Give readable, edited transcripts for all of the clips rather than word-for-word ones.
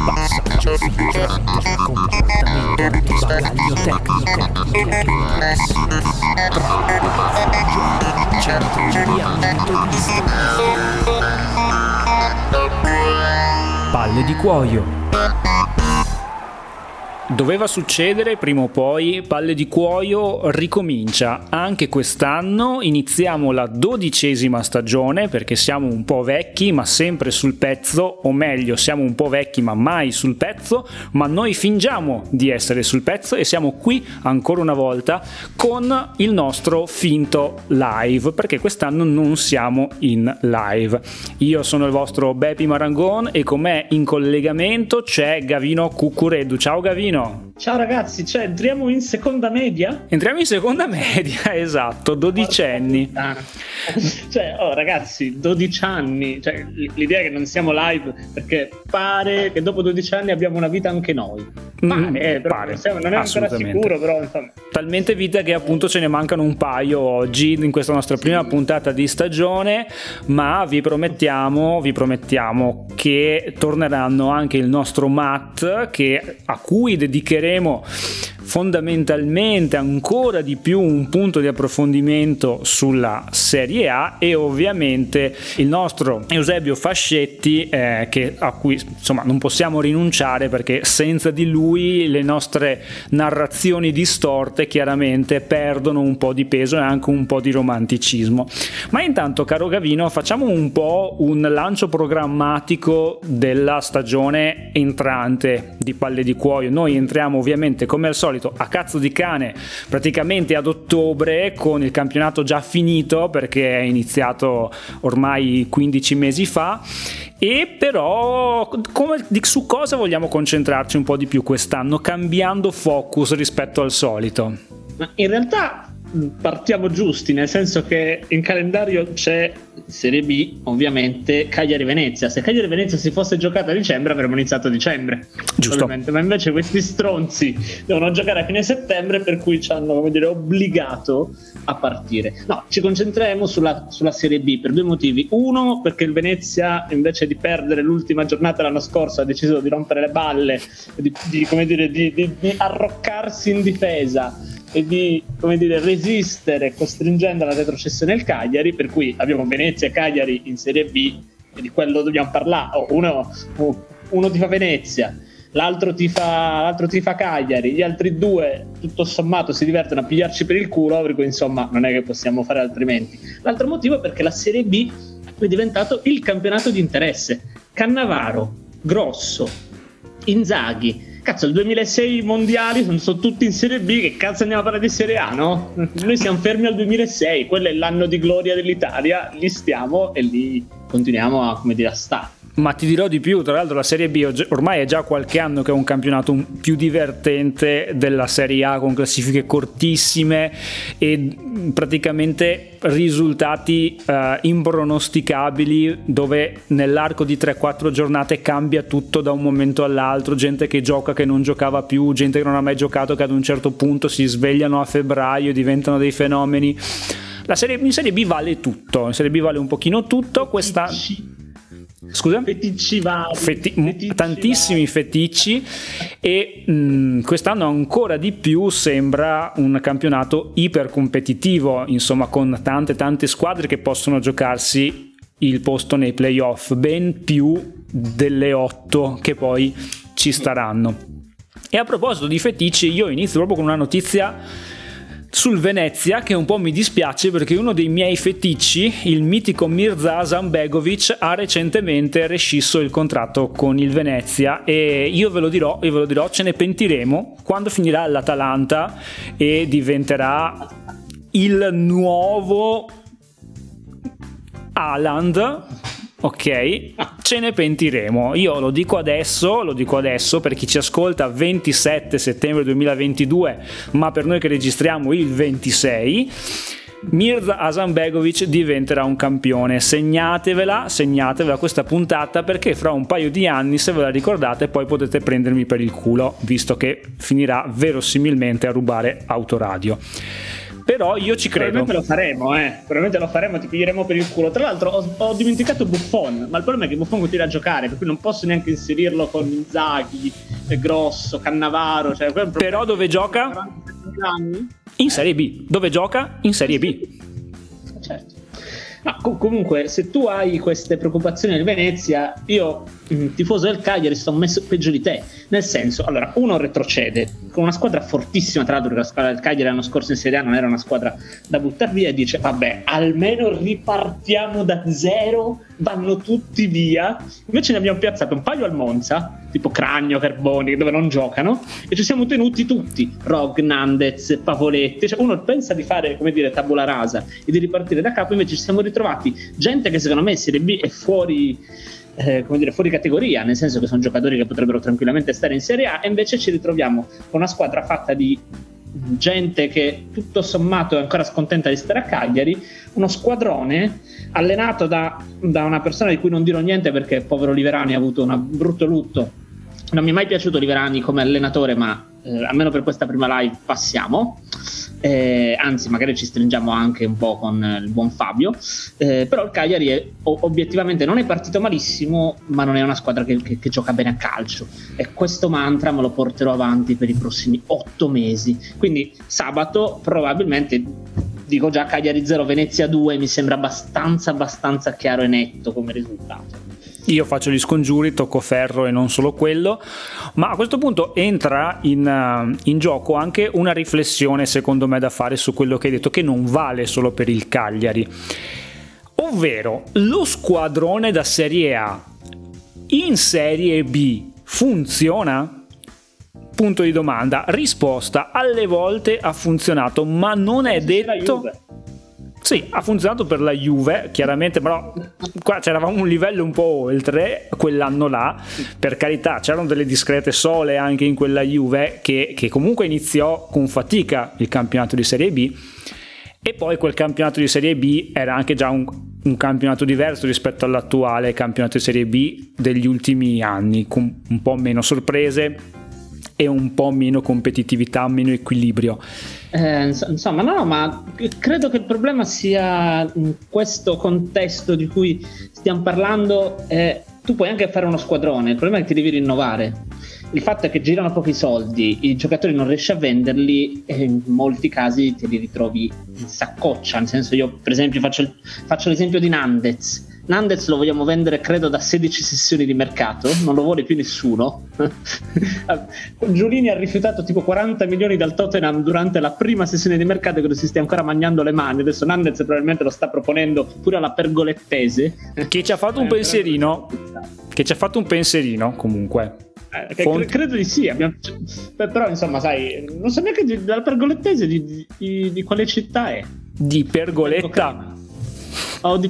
Passaggio filtrante, comportamento di sbaraglio tecnico, centro giriamo palle di cuoio. Doveva succedere prima o poi, Palle di Cuoio ricomincia. Anche quest'anno iniziamo la 12ª stagione perché siamo un po' vecchi ma sempre sul pezzo, o meglio siamo un po' vecchi ma mai sul pezzo, ma noi fingiamo di essere sul pezzo e siamo qui ancora una volta con il nostro finto live, perché quest'anno non siamo in live. Io sono il vostro Bepi Marangon e con me in collegamento c'è Gavino Cuccureddu. Ciao Gavino. Ciao ragazzi, cioè entriamo in seconda media? Entriamo in seconda media, esatto, 12 anni. Cioè, ragazzi, 12 anni, cioè l'idea è che non siamo live perché pare che dopo 12 anni abbiamo una vita anche noi. Pare. Non è ancora sicuro, però insomma. Talmente vita che appunto ce ne mancano un paio oggi in questa nostra prima puntata di stagione, ma vi promettiamo che torneranno anche il nostro Matt, a cui dedicheremo fondamentalmente ancora di più un punto di approfondimento sulla Serie A, e ovviamente il nostro Eusebio Fascetti, a cui insomma non possiamo rinunciare perché senza di lui le nostre narrazioni distorte chiaramente perdono un po' di peso e anche un po' di romanticismo. Ma intanto, caro Gavino, facciamo un po' un lancio programmatico della stagione entrante di Palle di Cuoio. Noi entriamo ovviamente come al solito a cazzo di cane praticamente ad ottobre, con il campionato già finito perché è iniziato ormai 15 mesi fa, e però su cosa vogliamo concentrarci un po' di più quest'anno, cambiando focus rispetto al solito? Ma in realtà partiamo giusti, nel senso che in calendario c'è Serie B, ovviamente Cagliari-Venezia. Se Cagliari-Venezia si fosse giocata a dicembre avremmo iniziato a dicembre, giusto, ovviamente. Ma invece questi stronzi devono giocare a fine settembre, per cui ci hanno, obbligato a partire. No, ci concentreremo sulla Serie B per due motivi. Uno, perché il Venezia, invece di perdere l'ultima giornata l'anno scorso, ha deciso di rompere le balle, di arroccarsi in difesa e di resistere costringendo alla retrocessione il Cagliari, per cui abbiamo Venezia e Cagliari in Serie B e di quello dobbiamo parlare. Uno tifa Venezia, l'altro tifa Cagliari, gli altri due tutto sommato si divertono a pigliarci per il culo, per cui insomma non è che possiamo fare altrimenti. L'altro motivo è perché la Serie B è diventato il campionato di interesse. Cannavaro, Grosso, Inzaghi, cazzo, il 2006 mondiali sono tutti in Serie B, che cazzo andiamo a parlare di Serie A, no? Noi siamo fermi al 2006, quello è l'anno di gloria dell'Italia, lì stiamo e lì continuiamo a stare. Ma ti dirò di più, tra l'altro la Serie B ormai è già qualche anno che è un campionato più divertente della Serie A, con classifiche cortissime e praticamente risultati impronosticabili, dove nell'arco di 3-4 giornate cambia tutto da un momento all'altro, gente che gioca che non giocava più, gente che non ha mai giocato che ad un certo punto si svegliano a febbraio e diventano dei fenomeni. In Serie B vale tutto, in Serie B vale un pochino tutto. Questa... Scusa? Feticci vari. Tantissimi feticci, e quest'anno ancora di più sembra un campionato ipercompetitivo, insomma, con tante squadre che possono giocarsi il posto nei playoff, ben più delle 8 che poi ci staranno. E a proposito di feticci, io inizio proprio con una notizia sul Venezia che un po' mi dispiace, perché uno dei miei feticci, il mitico Mirza Hasanbegovic, ha recentemente rescisso il contratto con il Venezia, e io ve lo dirò, ce ne pentiremo quando finirà l'Atalanta e diventerà il nuovo Haaland. Ok, ce ne pentiremo. Io lo dico adesso per chi ci ascolta, 27 settembre 2022, ma per noi che registriamo il 26, Mirza Hasanbegovic diventerà un campione. Segnatevela questa puntata, perché fra un paio di anni, se ve la ricordate, poi potete prendermi per il culo, visto che finirà verosimilmente a rubare Autoradio. però io ci credo. Probabilmente lo faremo, ti piglieremo per il culo. Tra l'altro ho dimenticato Buffon, ma il problema è che Buffon continua a giocare, per cui non posso neanche inserirlo con Inzaghi, Grosso, Cannavaro, cioè, però dove gioca? In Serie B. Dove gioca? In Serie B. Certo. Ma comunque, se tu hai queste preoccupazioni del Venezia, io, tifoso del Cagliari, sto messo peggio di te. Nel senso, allora, uno retrocede con una squadra fortissima, tra l'altro, perché la squadra del Cagliari l'anno scorso in Serie A non era una squadra da buttare via, e dice, vabbè, almeno ripartiamo da zero, vanno tutti via. Invece ne abbiamo piazzato un paio al Monza, tipo Cragno, Carboni, dove non giocano, e ci siamo tenuti tutti, Rog, Nandez, Pavoletti. Cioè, uno pensa di fare, come dire, tabula rasa e di ripartire da capo, invece ci siamo ritrovati gente che secondo me in Serie B è fuori, come dire, fuori categoria, nel senso che sono giocatori che potrebbero tranquillamente stare in Serie A, e invece ci ritroviamo con una squadra fatta di gente che tutto sommato è ancora scontenta di stare a Cagliari, uno squadrone allenato da una persona di cui non dirò niente perché povero Liverani ha avuto un brutto lutto. Non mi è mai piaciuto Liverani come allenatore, ma almeno per questa prima live passiamo, anzi magari ci stringiamo anche un po' con il buon Fabio, però il Cagliari è, obiettivamente non è partito malissimo, ma non è una squadra che gioca bene a calcio, e questo mantra me lo porterò avanti per i prossimi 8 mesi, quindi sabato probabilmente, dico già, Cagliari 0 Venezia 2 mi sembra abbastanza chiaro e netto come risultato. Io faccio gli scongiuri, tocco ferro e non solo quello, ma a questo punto entra in gioco anche una riflessione secondo me da fare su quello che hai detto, che non vale solo per il Cagliari, ovvero lo squadrone da Serie A in Serie B funziona? Punto di domanda. Risposta: alle volte ha funzionato, ma non è detto. Sì, ha funzionato per la Juve, chiaramente, però qua c'eravamo un livello un po' oltre quell'anno là, per carità, c'erano delle discrete sole anche in quella Juve che comunque iniziò con fatica il campionato di Serie B, e poi quel campionato di Serie B era anche già un campionato diverso rispetto all'attuale campionato di Serie B degli ultimi anni, con un po' meno sorprese e un po' meno competitività, meno equilibrio. Insomma, no, ma credo che il problema sia in questo contesto di cui stiamo parlando. Tu puoi anche fare uno squadrone, il problema è che ti devi rinnovare. Il fatto è che girano pochi soldi, i giocatori non riesci a venderli, e in molti casi te li ritrovi in saccoccia. Nel senso, io per esempio faccio l'esempio di Nandez lo vogliamo vendere credo da 16 sessioni di mercato, non lo vuole più nessuno. Giulini ha rifiutato tipo 40 milioni dal Tottenham durante la prima sessione di mercato, che si stia ancora mangiando le mani. Adesso Nandez probabilmente lo sta proponendo pure alla Pergolettese, che ci ha fatto un pensierino, comunque. Credo di sì, però insomma, sai, non so neanche dalla Pergolettese di quale città è. Di Pergoletta. Di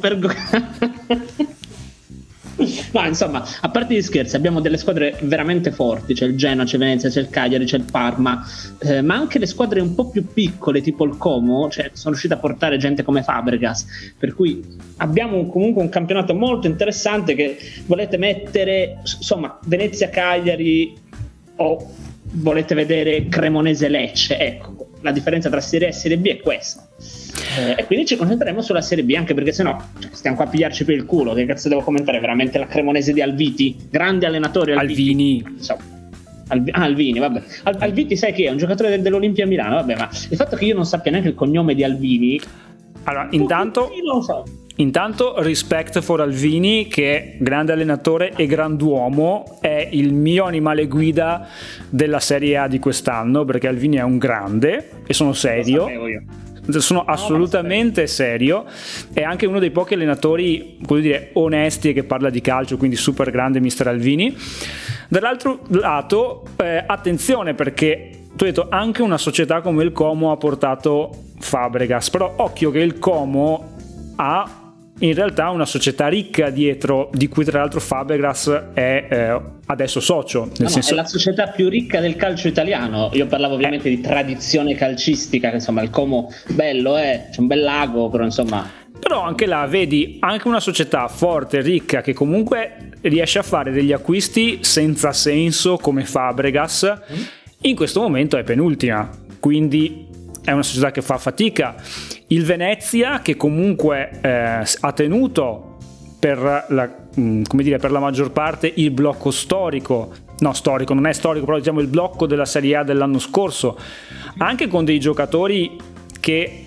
No, insomma, a parte gli scherzi, abbiamo delle squadre veramente forti. C'è il Genoa, c'è Venezia, c'è il Cagliari, c'è il Parma, ma anche le squadre un po' più piccole, tipo il Como, cioè, sono riuscite a portare gente come Fabregas. Per cui abbiamo comunque un campionato molto interessante. Che volete mettere, insomma, Venezia, Cagliari, o volete vedere Cremonese, Lecce? Ecco, la differenza tra Serie A e Serie B è questa. E quindi ci concentreremo sulla Serie B, anche perché sennò stiamo qua a pigliarci per il culo. Che cazzo devo commentare? Veramente la Cremonese di Alviti, grande allenatore. Alvini. Alvini, vabbè. Alviti sai chi è? Un giocatore dell'Olimpia Milano, vabbè, ma il fatto che io non sappia neanche il cognome di Alvini. Allora, intanto respect for Alvini, che è grande allenatore e grand'uomo, è il mio animale guida della Serie A di quest'anno, perché Alvini è un grande, e sono serio. Lo sapevo io. Sono assolutamente serio, è anche uno dei pochi allenatori, voglio dire, onesti e che parla di calcio, quindi super grande mister Alvini. Dall'altro lato, attenzione, perché tu hai detto anche una società come il Como ha portato Fabregas, però occhio che il Como ha in realtà una società ricca dietro, di cui tra l'altro Fabregas è adesso socio, nel senso... è la società più ricca del calcio italiano. Io parlavo ovviamente di tradizione calcistica, che insomma il Como bello c'è un bel lago, però insomma... Però anche là vedi anche una società forte, ricca, che comunque riesce a fare degli acquisti senza senso come Fabregas. In questo momento è penultima, quindi è una società che fa fatica, il Venezia che comunque ha tenuto per la maggior parte il blocco storico, non è storico, però diciamo il blocco della Serie A dell'anno scorso, anche con dei giocatori che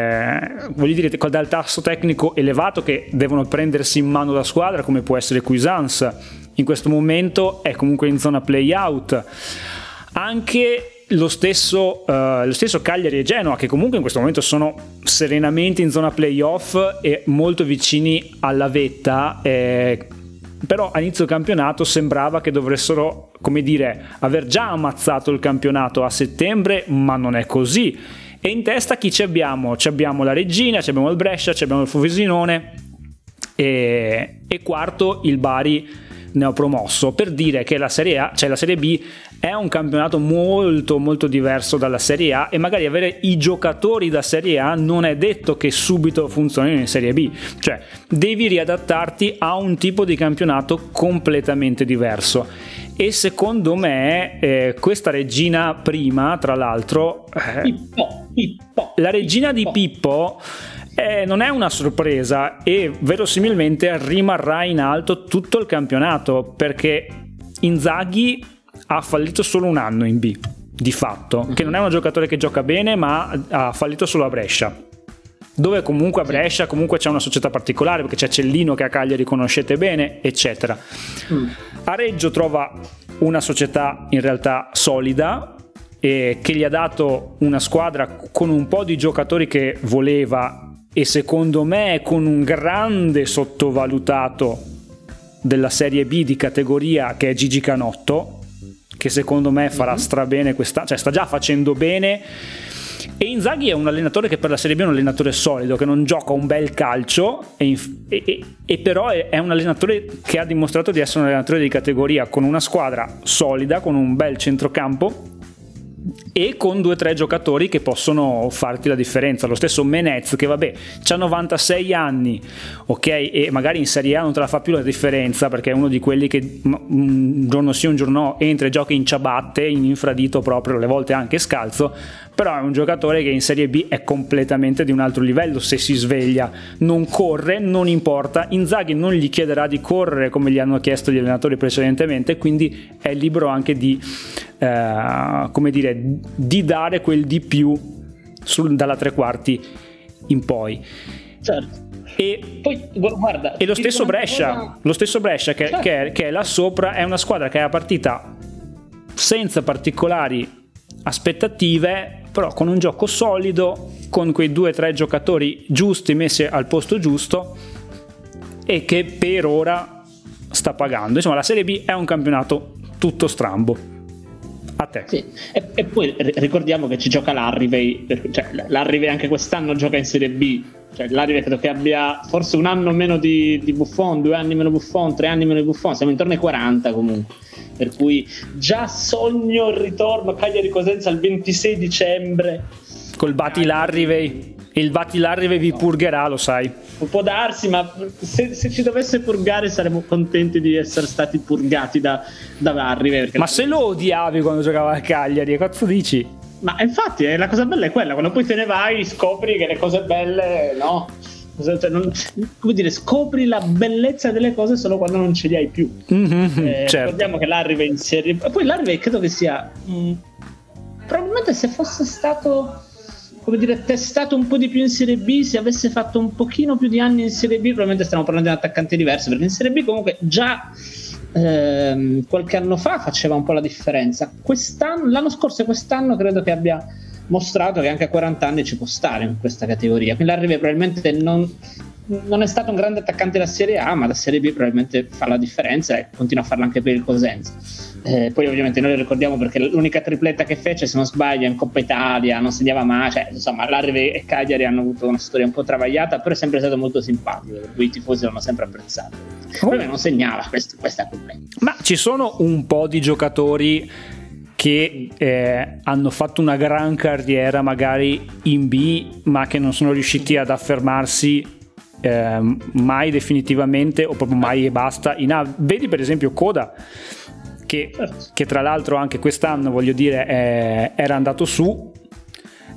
dal tasso tecnico elevato, che devono prendersi in mano la squadra, come può essere Cuisance. In questo momento è comunque in zona play-out. Anche lo stesso Cagliari e Genoa, che comunque in questo momento sono serenamente in zona play-off e molto vicini alla vetta, però a inizio campionato sembrava che dovessero, aver già ammazzato il campionato a settembre, ma non è così. E in testa chi ci abbiamo? Ci abbiamo la Reggina, ci abbiamo il Brescia, ci abbiamo il Frosinone e quarto il Bari neopromosso, per dire che la Serie A, cioè la Serie B, è un campionato molto molto diverso dalla Serie A, e magari avere i giocatori da Serie A non è detto che subito funzionino in Serie B, cioè devi riadattarti a un tipo di campionato completamente diverso. E secondo me questa Reggina prima, tra l'altro, la Reggina di Pippo non è una sorpresa e verosimilmente rimarrà in alto tutto il campionato, perché Inzaghi ha fallito solo un anno in B, di fatto, che non è un giocatore che gioca bene, ma ha fallito solo a Brescia, dove comunque a Brescia comunque c'è una società particolare, perché c'è Cellino che a Cagliari conoscete bene, eccetera. A Reggio trova una società in realtà solida, che gli ha dato una squadra con un po' di giocatori che voleva, e secondo me con un grande sottovalutato della Serie B di categoria, che è Gigi Canotto, che secondo me farà strabene cioè sta già facendo bene. E Inzaghi è un allenatore che per la Serie B è un allenatore solido, che non gioca un bel calcio, e però è un allenatore che ha dimostrato di essere un allenatore di categoria, con una squadra solida, con un bel centrocampo e con 2 o 3 giocatori che possono farti la differenza. Lo stesso Menez, che vabbè c'ha 96 anni, ok, e magari in Serie A non te la fa più la differenza, perché è uno di quelli che un giorno sì un giorno no entra e gioca in ciabatte, in infradito proprio, alle volte anche scalzo, però è un giocatore che in Serie B è completamente di un altro livello. Se si sveglia, non corre, non importa, Inzaghi non gli chiederà di correre come gli hanno chiesto gli allenatori precedentemente, quindi è libero anche di di dare quel di più dalla 3/4 in poi. Certo. E poi guarda, e lo stesso Brescia, che è là sopra, è una squadra che è partita senza particolari aspettative, però con un gioco solido, con quei 2 o 3 giocatori giusti messi al posto giusto, e che per ora sta pagando. Insomma, la Serie B è un campionato tutto strambo. A te. Sì. E poi ricordiamo che ci gioca l'Arrivei, cioè l'Arrivei anche quest'anno gioca in Serie B, cioè l'Arrivei credo che abbia forse un anno meno di Buffon, 2 anni meno Buffon, 3 anni meno di Buffon, siamo intorno ai 40 comunque, per cui già sogno il ritorno Cagliari-Cosenza il 26 dicembre col Bati l'Arrivei. Il Bati l'Arrivei vi purgherà, lo sai. Può darsi, ma se ci dovesse purgare saremmo contenti di essere stati purgati da Arrivei. Ma se lo odiavi quando giocava a Cagliari, che cazzo dici? Ma infatti la cosa bella è quella, quando poi te ne vai scopri che le cose belle, no? Scopri la bellezza delle cose solo quando non ce li hai più. Certo. Ricordiamo che l'Arrivei in Serie B, poi l'Arrivei credo che sia probabilmente, se fosse stato testato un po' di più in Serie B, se avesse fatto un pochino più di anni in Serie B, probabilmente stiamo parlando di un attaccante diverso, perché in Serie B comunque già qualche anno fa faceva un po' la differenza. L'anno scorso e quest'anno credo che abbia mostrato che anche a 40 anni ci può stare in questa categoria. Quindi l'Arrivei probabilmente non è stato un grande attaccante da Serie A, ma da Serie B probabilmente fa la differenza e continua a farla anche per il Cosenza. Poi ovviamente noi lo ricordiamo perché l'unica tripletta che fece, se non sbaglio, in Coppa Italia, non segnava mai, cioè insomma l'Arrivei e Cagliari hanno avuto una storia un po' travagliata, però è sempre stato molto simpatico, per cui i tifosi l'hanno sempre apprezzato. Poi non segnava, questa problema. Ma ci sono un po' di giocatori che hanno fatto una gran carriera magari in B, ma che non sono riusciti ad affermarsi mai definitivamente, o proprio mai e basta in A. Vedi per esempio Coda, che tra l'altro anche quest'anno, voglio dire, era andato su,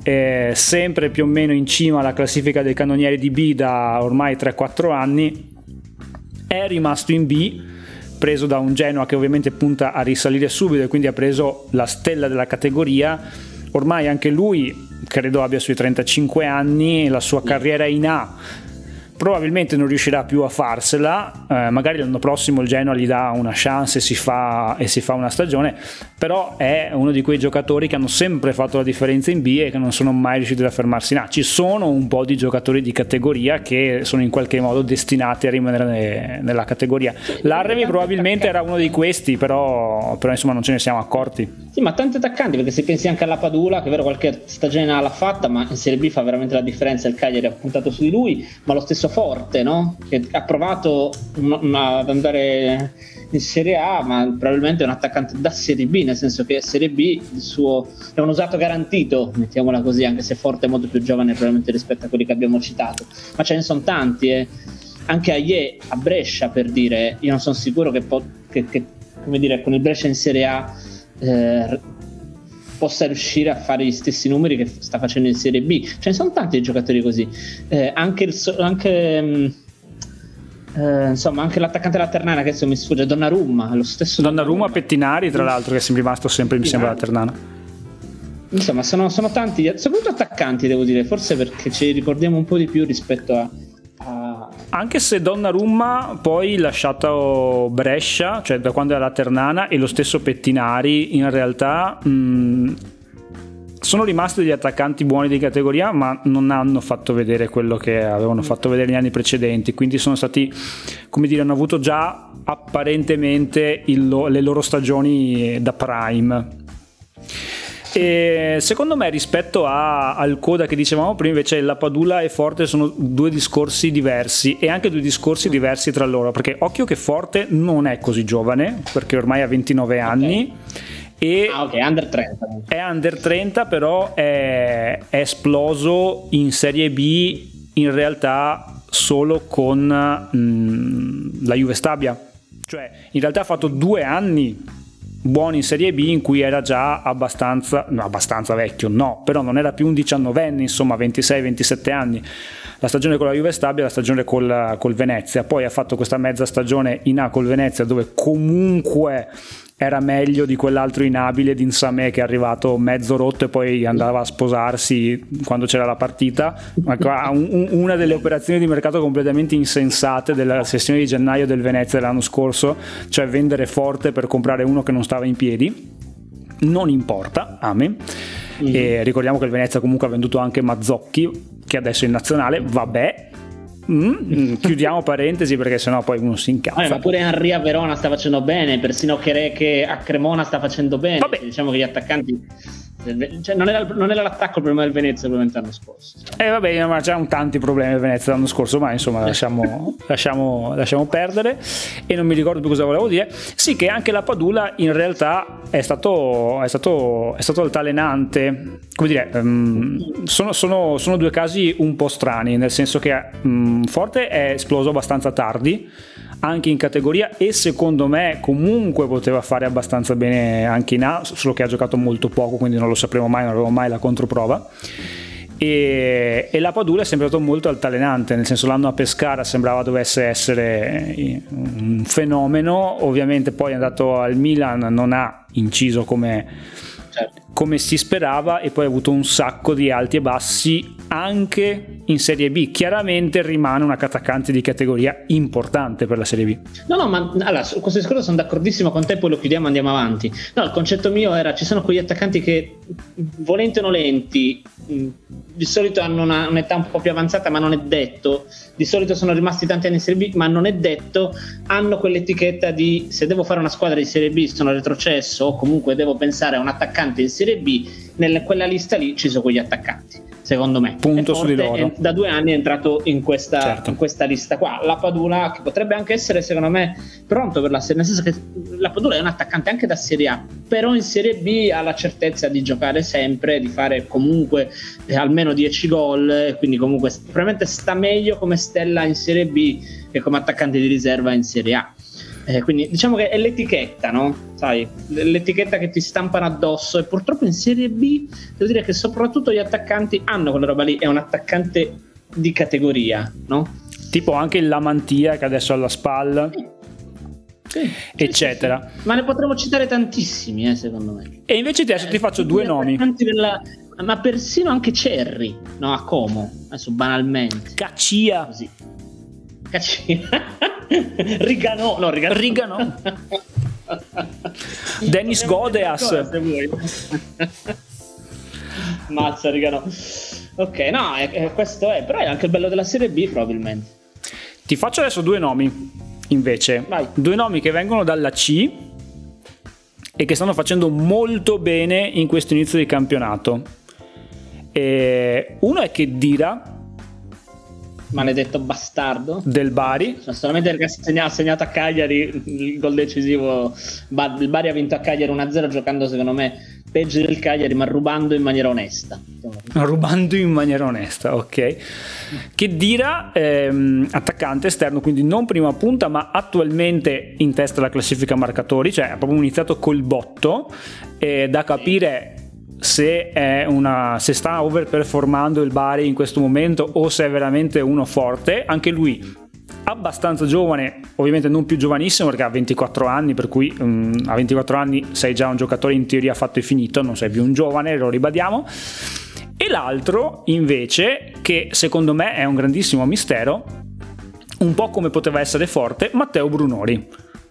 sempre più o meno in cima alla classifica dei cannonieri di B da ormai 3-4 anni, è rimasto in B, preso da un Genoa che ovviamente punta a risalire subito e quindi ha preso la stella della categoria. Ormai anche lui credo abbia sui 35 anni, la sua carriera in A probabilmente non riuscirà più a farsela, magari l'anno prossimo il Genoa gli dà una chance e si fa una stagione, però è uno di quei giocatori che hanno sempre fatto la differenza in B e che non sono mai riusciti a fermarsi in A. Ci sono un po' di giocatori di categoria che sono in qualche modo destinati a rimanere nella categoria. L'Arremi probabilmente era uno di questi, però insomma non ce ne siamo accorti. Sì, ma tanti attaccanti, perché se pensi anche alla Padula, che è vero qualche stagione l'ha fatta, ma in Serie B fa veramente la differenza, il Cagliari ha puntato su di lui, ma lo stesso Forte, no? Che ha provato ad andare in Serie A, ma probabilmente è un attaccante da Serie B, nel senso che Serie B il suo è un usato garantito, mettiamola così, anche se Forte è molto più giovane probabilmente rispetto a quelli che abbiamo citato, ma ce ne sono tanti, anche a Brescia, per dire, io non sono sicuro che come dire, con il Brescia in Serie A possa riuscire a fare gli stessi numeri che sta facendo in Serie B. Ce ne sono tanti giocatori così, insomma anche l'attaccante della Ternana, che adesso mi sfugge, Donnarumma, lo stesso Donnarumma, Pettinari tra l'altro, che è rimasto sempre mi sembra la Ternana. Insomma sono tanti, soprattutto attaccanti, devo dire, forse perché ci ricordiamo un po' di più rispetto a anche se Donnarumma poi lasciato Brescia, cioè da quando è alla Ternana, e lo stesso Pettinari in realtà sono rimasti degli attaccanti buoni di categoria, ma non hanno fatto vedere quello che avevano fatto vedere negli anni precedenti, quindi sono stati, come dire, hanno avuto già apparentemente le loro stagioni da prime. E secondo me rispetto al Coda che dicevamo prima, invece la Padula e Forte sono due discorsi diversi, e anche due discorsi diversi tra loro, perché occhio che Forte non è così giovane, perché ormai ha 29 anni e under 30. È under 30, però è esploso in Serie B in realtà solo con la Juve Stabia, cioè in realtà ha fatto 2 anni buoni in Serie B in cui era già abbastanza vecchio, no, però non era più un 19enne, insomma 26-27 anni. La stagione con la Juve Stabia, la stagione col Venezia, poi ha fatto questa mezza stagione in A col Venezia, dove comunque era meglio di quell'altro inabile di Insamè, che è arrivato mezzo rotto e poi andava a sposarsi quando c'era la partita. Una delle operazioni di mercato completamente insensate della sessione di gennaio del Venezia dell'anno scorso, cioè vendere Forte per comprare uno che non stava in piedi. Non importa, amen. E ricordiamo che il Venezia comunque ha venduto anche Mazzocchi, che adesso è in nazionale, vabbè. Chiudiamo parentesi, perché sennò poi uno si incazza. Ma pure Henry a Verona sta facendo bene, persino che a Cremona sta facendo bene. Vabbè. Diciamo che gli attaccanti, cioè non era l'attacco il problema del Venezia probabilmente l'anno scorso. Vabbè, ma c'erano tanti problemi del Venezia l'anno scorso, ma insomma lasciamo perdere. E non mi ricordo più cosa volevo dire. Sì, che anche la Padula in realtà è stato altalenante. Come dire, sono due casi un po' strani, nel senso che Forte è esploso abbastanza tardi anche in categoria, e secondo me comunque poteva fare abbastanza bene anche in A, solo che ha giocato molto poco, quindi non lo sapremo mai, non avevo mai la controprova. E la Padula è sempre stato molto altalenante, nel senso l'anno a Pescara sembrava dovesse essere un fenomeno, ovviamente poi è andato al Milan, non ha inciso come si sperava, e poi ha avuto un sacco di alti e bassi anche in Serie B. Chiaramente rimane un attaccante di categoria importante per la Serie B. No, ma allora, su questo discorso sono d'accordissimo con te, poi lo chiudiamo e andiamo avanti. No, il concetto mio era: ci sono quegli attaccanti che, volenti o nolenti, di solito hanno un'età un po' più avanzata, ma non è detto, di solito sono rimasti tanti anni in Serie B, ma non è detto, hanno quell'etichetta di: se devo fare una squadra di Serie B sono retrocesso, o comunque devo pensare a un attaccante in Serie B, quella lista lì ci sono quegli attaccanti, secondo me. Punto su di loro. Da 2 anni è entrato in questa lista qua. La Padula, che potrebbe anche essere, secondo me, pronto per la Serie, nel senso che la Padula è un attaccante anche da Serie A, però in Serie B ha la certezza di giocare sempre, di fare comunque almeno 10 gol, e quindi comunque probabilmente sta meglio come stella in Serie B che come attaccante di riserva in Serie A. Quindi diciamo che è l'etichetta, no? Sai, l'etichetta che ti stampano addosso, e purtroppo in Serie B devo dire che soprattutto gli attaccanti hanno quella roba lì, è un attaccante di categoria, no? Tipo anche il Lamantia che adesso ha la spalla, sì, eccetera. Sì. Ma ne potremmo citare tantissimi, secondo me. E invece adesso ti faccio due nomi. Ma persino anche Cerri, no, a Como, adesso banalmente. Caccia. Così. Rigano. Dennis Godeas. Se vuoi. Mazza Rigano. Ok, no, questo è, però è anche il bello della Serie B probabilmente. Ti faccio adesso due nomi invece. Vai. Due nomi che vengono dalla C e che stanno facendo molto bene in questo inizio di campionato. Uno è Khedira, maledetto bastardo del Bari, solamente perché ha segnato a Cagliari il gol decisivo. Il Bari ha vinto a Cagliari 1-0 giocando secondo me peggio del Cagliari, ma rubando in maniera onesta, ok. Khedira, attaccante esterno, quindi non prima punta, ma attualmente in testa alla classifica marcatori, cioè ha proprio iniziato col botto, da capire se sta overperformando il Bari in questo momento o se è veramente uno forte. Anche lui abbastanza giovane, ovviamente non più giovanissimo perché ha 24 anni, per cui a 24 anni sei già un giocatore in teoria fatto e finito, non sei più un giovane, lo ribadiamo. E l'altro invece, che secondo me è un grandissimo mistero, un po' come poteva essere forte, Matteo Brunori,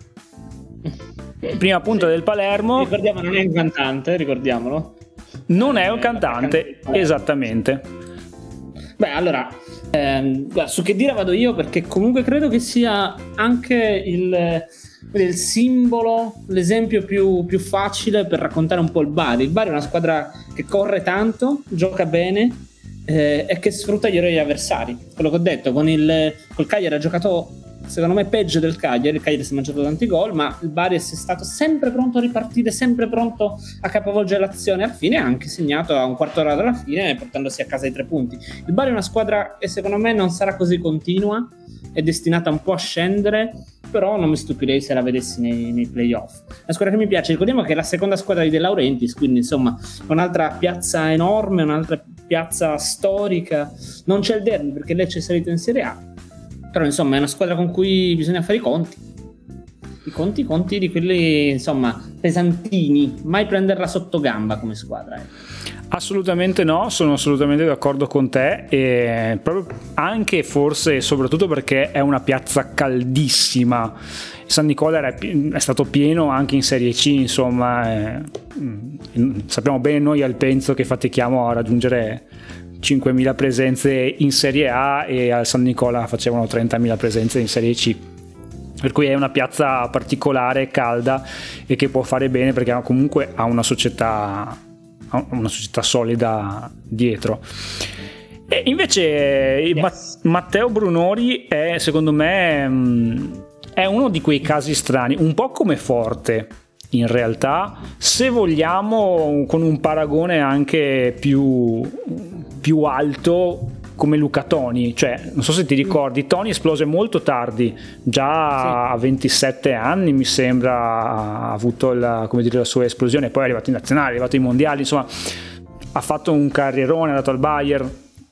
prima punta del Palermo. Ricordiamo, non è un cantante, ricordiamolo. Non è un cantante, esattamente. Beh, allora, su Khedira vado io, perché comunque credo che sia anche il simbolo, l'esempio più facile per raccontare un po' il Bari. Il Bari è una squadra che corre tanto, gioca bene e che sfrutta gli errori avversari. Quello che ho detto, col Cagliari ha giocato secondo me peggio del Cagliari. Il Cagliari si è mangiato tanti gol, ma il Bari è stato sempre pronto a ripartire, sempre pronto a capovolgere l'azione. Alla fine ha anche segnato a un quarto d'ora dalla fine, portandosi a casa i 3 punti. Il Bari è una squadra che secondo me non sarà così continua, è destinata un po' a scendere, però non mi stupirei se la vedessi nei playoff. Una squadra che mi piace, ricordiamo che è la seconda squadra di De Laurentiis, quindi insomma un'altra piazza enorme, un'altra piazza storica. Non c'è il derby perché lei c'è salito in Serie A, però insomma è una squadra con cui bisogna fare i conti di quelli insomma pesantini, mai prenderla sotto gamba come squadra. Assolutamente no, sono assolutamente d'accordo con te, e proprio anche forse e soprattutto perché è una piazza caldissima. San Nicola è stato pieno anche in Serie C, insomma, sappiamo bene noi al Penzo che fatichiamo a raggiungere 5.000 presenze in Serie A, e al San Nicola facevano 30.000 presenze in Serie C, per cui è una piazza particolare, calda, e che può fare bene perché comunque ha una società solida dietro. E invece Matteo Brunori è, secondo me, è uno di quei casi strani, un po' come Forte in realtà, se vogliamo, con un paragone anche più alto, come Luca Toni. Cioè, non so se ti ricordi, Toni esplose molto tardi, già a 27 anni mi sembra ha avuto la sua esplosione, poi è arrivato in nazionale, è arrivato ai mondiali, insomma ha fatto un carrierone, è andato al Bayern,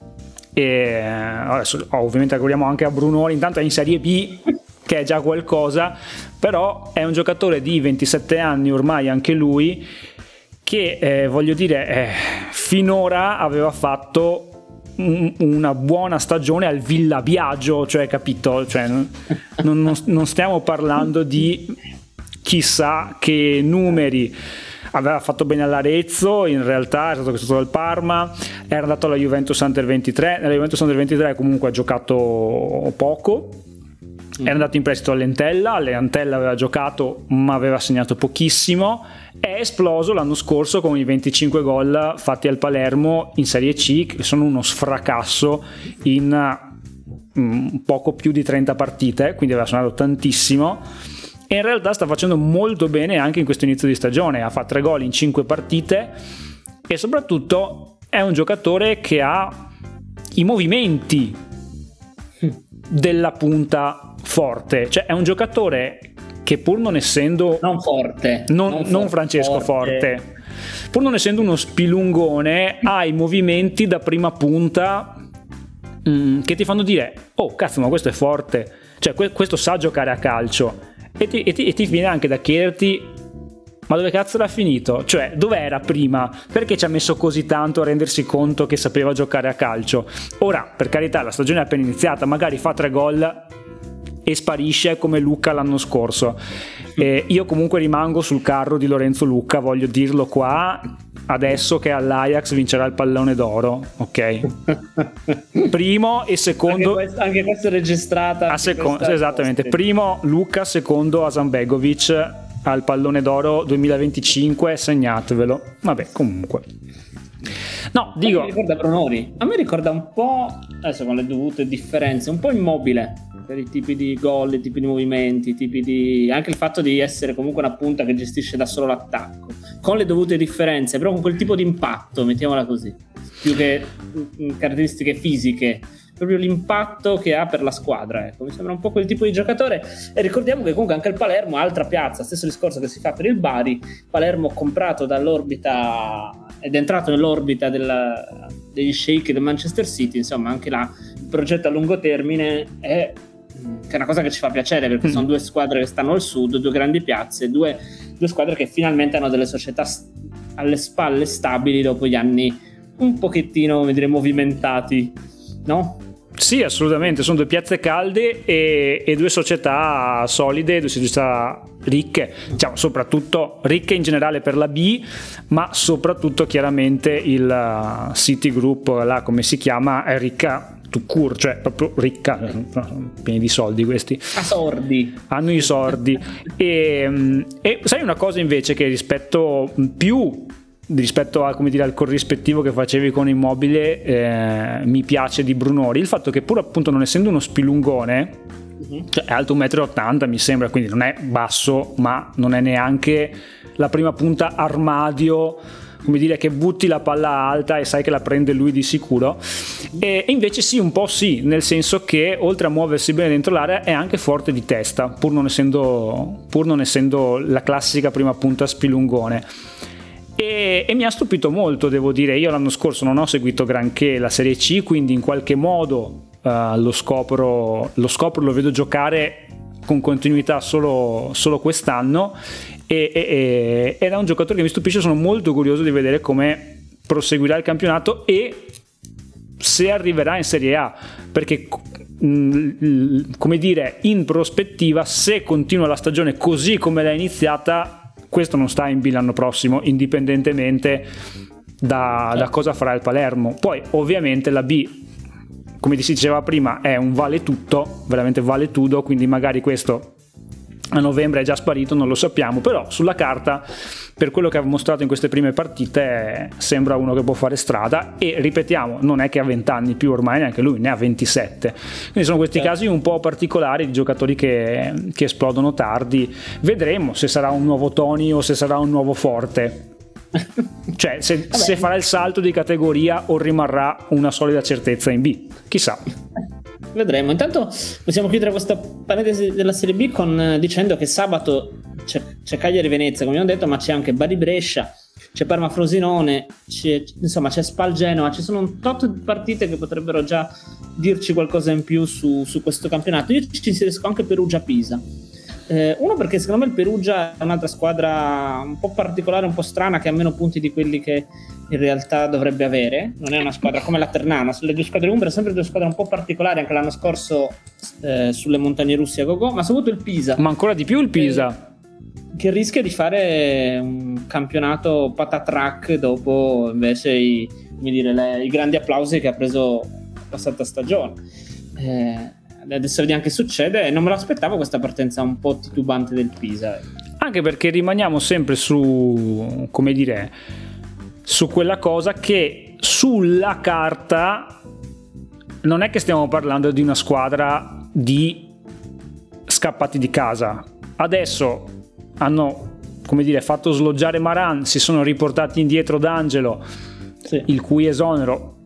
e adesso ovviamente auguriamo anche a Brunori, intanto è in Serie B, che è già qualcosa, però è un giocatore di 27 anni ormai anche lui, che voglio dire finora aveva fatto una buona stagione al Villa Biagio, cioè, capito? Cioè, non stiamo parlando di chissà che numeri. Aveva fatto bene all'Arezzo, in realtà è stato acquistato dal Parma, era andato alla Juventus Under 23, nella Juventus Under 23 comunque ha giocato poco, era andato in prestito all'Entella aveva giocato ma aveva segnato pochissimo, è esploso l'anno scorso con i 25 gol fatti al Palermo in Serie C, che sono uno sfracasso in poco più di 30 partite, quindi aveva segnato tantissimo, e in realtà sta facendo molto bene anche in questo inizio di stagione, ha fatto 3 gol in 5 partite, e soprattutto è un giocatore che ha i movimenti della punta forte, cioè è un giocatore che pur non essendo non forte, non Francesco Forte, pur non essendo uno spilungone, ha i movimenti da prima punta che ti fanno dire: oh cazzo, ma questo è forte, cioè questo sa giocare a calcio, e ti viene anche da chiederti: ma dove cazzo l'ha finito? Cioè, dove era prima? Perché ci ha messo così tanto a rendersi conto che sapeva giocare a calcio? Ora, per carità, la stagione è appena iniziata, magari fa 3 gol e sparisce come Lucca l'anno scorso. Io comunque rimango sul carro di Lorenzo Lucca, voglio dirlo qua adesso, che all'Ajax vincerà il pallone d'oro, ok? Primo e secondo, anche questa è registrata esattamente, primo Lucca, secondo Hasanbegovic al pallone d'oro 2025, segnatevelo. Vabbè, comunque no, dico, mi ricorda Brunori, a me ricorda un po', adesso con le dovute differenze, un po' Immobile per i tipi di gol, i tipi di movimenti, i tipi di, anche il fatto di essere comunque una punta che gestisce da solo l'attacco, con le dovute differenze, però con quel tipo di impatto, mettiamola così, più che caratteristiche fisiche, proprio l'impatto che ha per la squadra, ecco. Mi sembra un po' quel tipo di giocatore. E ricordiamo che comunque anche il Palermo, altra piazza, stesso discorso che si fa per il Bari. Palermo comprato dall'orbita ed è entrato nell'orbita degli sceicchi del Manchester City, insomma anche là il progetto a lungo termine è una cosa che ci fa piacere, perché sono due squadre che stanno al sud, due grandi piazze, due squadre che finalmente hanno delle società alle spalle stabili dopo gli anni un pochettino, come dire, movimentati, no? Sì, assolutamente, sono due piazze calde e due società solide, due società ricche, diciamo soprattutto ricche in generale per la B, ma soprattutto chiaramente il City Group, là come si chiama, è ricca tout court, cioè proprio ricca, pieni di soldi questi. A sordi. Hanno i sordi. E sai una cosa invece che rispetto a, come dire, al corrispettivo che facevi con Immobile, mi piace di Brunori il fatto che, pur appunto non essendo uno spilungone, cioè è alto 1,80 m mi sembra, quindi non è basso, ma non è neanche la prima punta armadio, come dire, che butti la palla alta e sai che la prende lui di sicuro. E invece sì, un po' sì, nel senso che oltre a muoversi bene dentro l'area è anche forte di testa, pur non essendo la classica prima punta spilungone. E mi ha stupito molto, devo dire. Io l'anno scorso non ho seguito granché la Serie C, quindi in qualche modo lo scopro, lo vedo giocare con continuità solo quest'anno, ed è un giocatore che mi stupisce. Sono molto curioso di vedere come proseguirà il campionato e se arriverà in Serie A, perché come dire, in prospettiva, se continua la stagione così come l'ha iniziata, questo non sta in B l'anno prossimo, indipendentemente da cosa farà il Palermo. Poi ovviamente la B, come si diceva prima, è un vale tutto, veramente vale tutto, quindi magari questo a novembre è già sparito, non lo sappiamo, però sulla carta, per quello che ha mostrato in queste prime partite, sembra uno che può fare strada. E ripetiamo, non è che ha 20 anni più ormai, neanche lui, ne ha 27, quindi sono questi casi un po' particolari di giocatori che esplodono tardi. Vedremo se sarà un nuovo Toni o se sarà un nuovo Forte, cioè se farà il salto di categoria o rimarrà una solida certezza in B, chissà. Vedremo. Intanto possiamo chiudere questa parentesi della Serie B dicendo che sabato c'è Cagliari Venezia, come abbiamo detto, ma c'è anche Bari Brescia, c'è Parma Frosinone, c'è Spal Genoa. Ci sono un tot di partite che potrebbero già dirci qualcosa in più su questo campionato. Io ci inserisco anche Perugia Pisa. Uno, perché secondo me il Perugia è un'altra squadra un po' particolare, un po' strana, che ha meno punti di quelli che in realtà dovrebbe avere. Non è una squadra come la Ternana. Le due squadre umbre sono sempre due squadre un po' particolari, anche l'anno scorso sulle montagne russe a gogo, ma soprattutto il Pisa, ma ancora di più il Pisa, che rischia di fare un campionato patatrack dopo invece i grandi applausi che ha preso la passata stagione. Adesso vediamo che succede. Non me lo aspettavo questa partenza un po' titubante del Pisa, anche perché rimaniamo sempre su, come dire, su quella cosa che sulla carta non è che stiamo parlando di una squadra di scappati di casa. Adesso hanno, come dire, fatto sloggiare Maran, si sono riportati indietro D'Angelo, sì, il cui esonero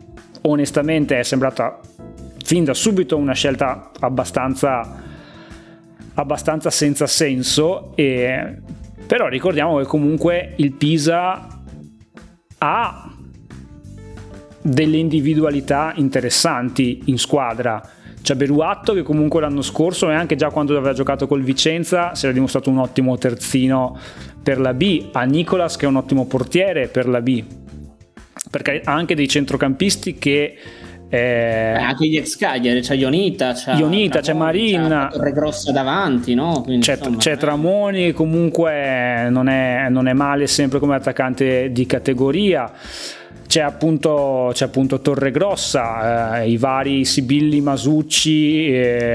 onestamente è sembrata fin da subito una scelta abbastanza abbastanza senza senso, però ricordiamo che comunque il Pisa ha delle individualità interessanti in squadra. C'è Beruatto che comunque l'anno scorso e anche già quando aveva giocato col Vicenza si era dimostrato un ottimo terzino per la B, a Nicolas che è un ottimo portiere per la B, perché ha anche dei centrocampisti che anche gli ex Cagliari, c'è Ionita, c'è Marin, c'è Torregrossa davanti, no? Quindi, c'è Tramoni, comunque non è male sempre come attaccante di categoria. C'è appunto Torregrossa, i vari Sibilli, Masucci,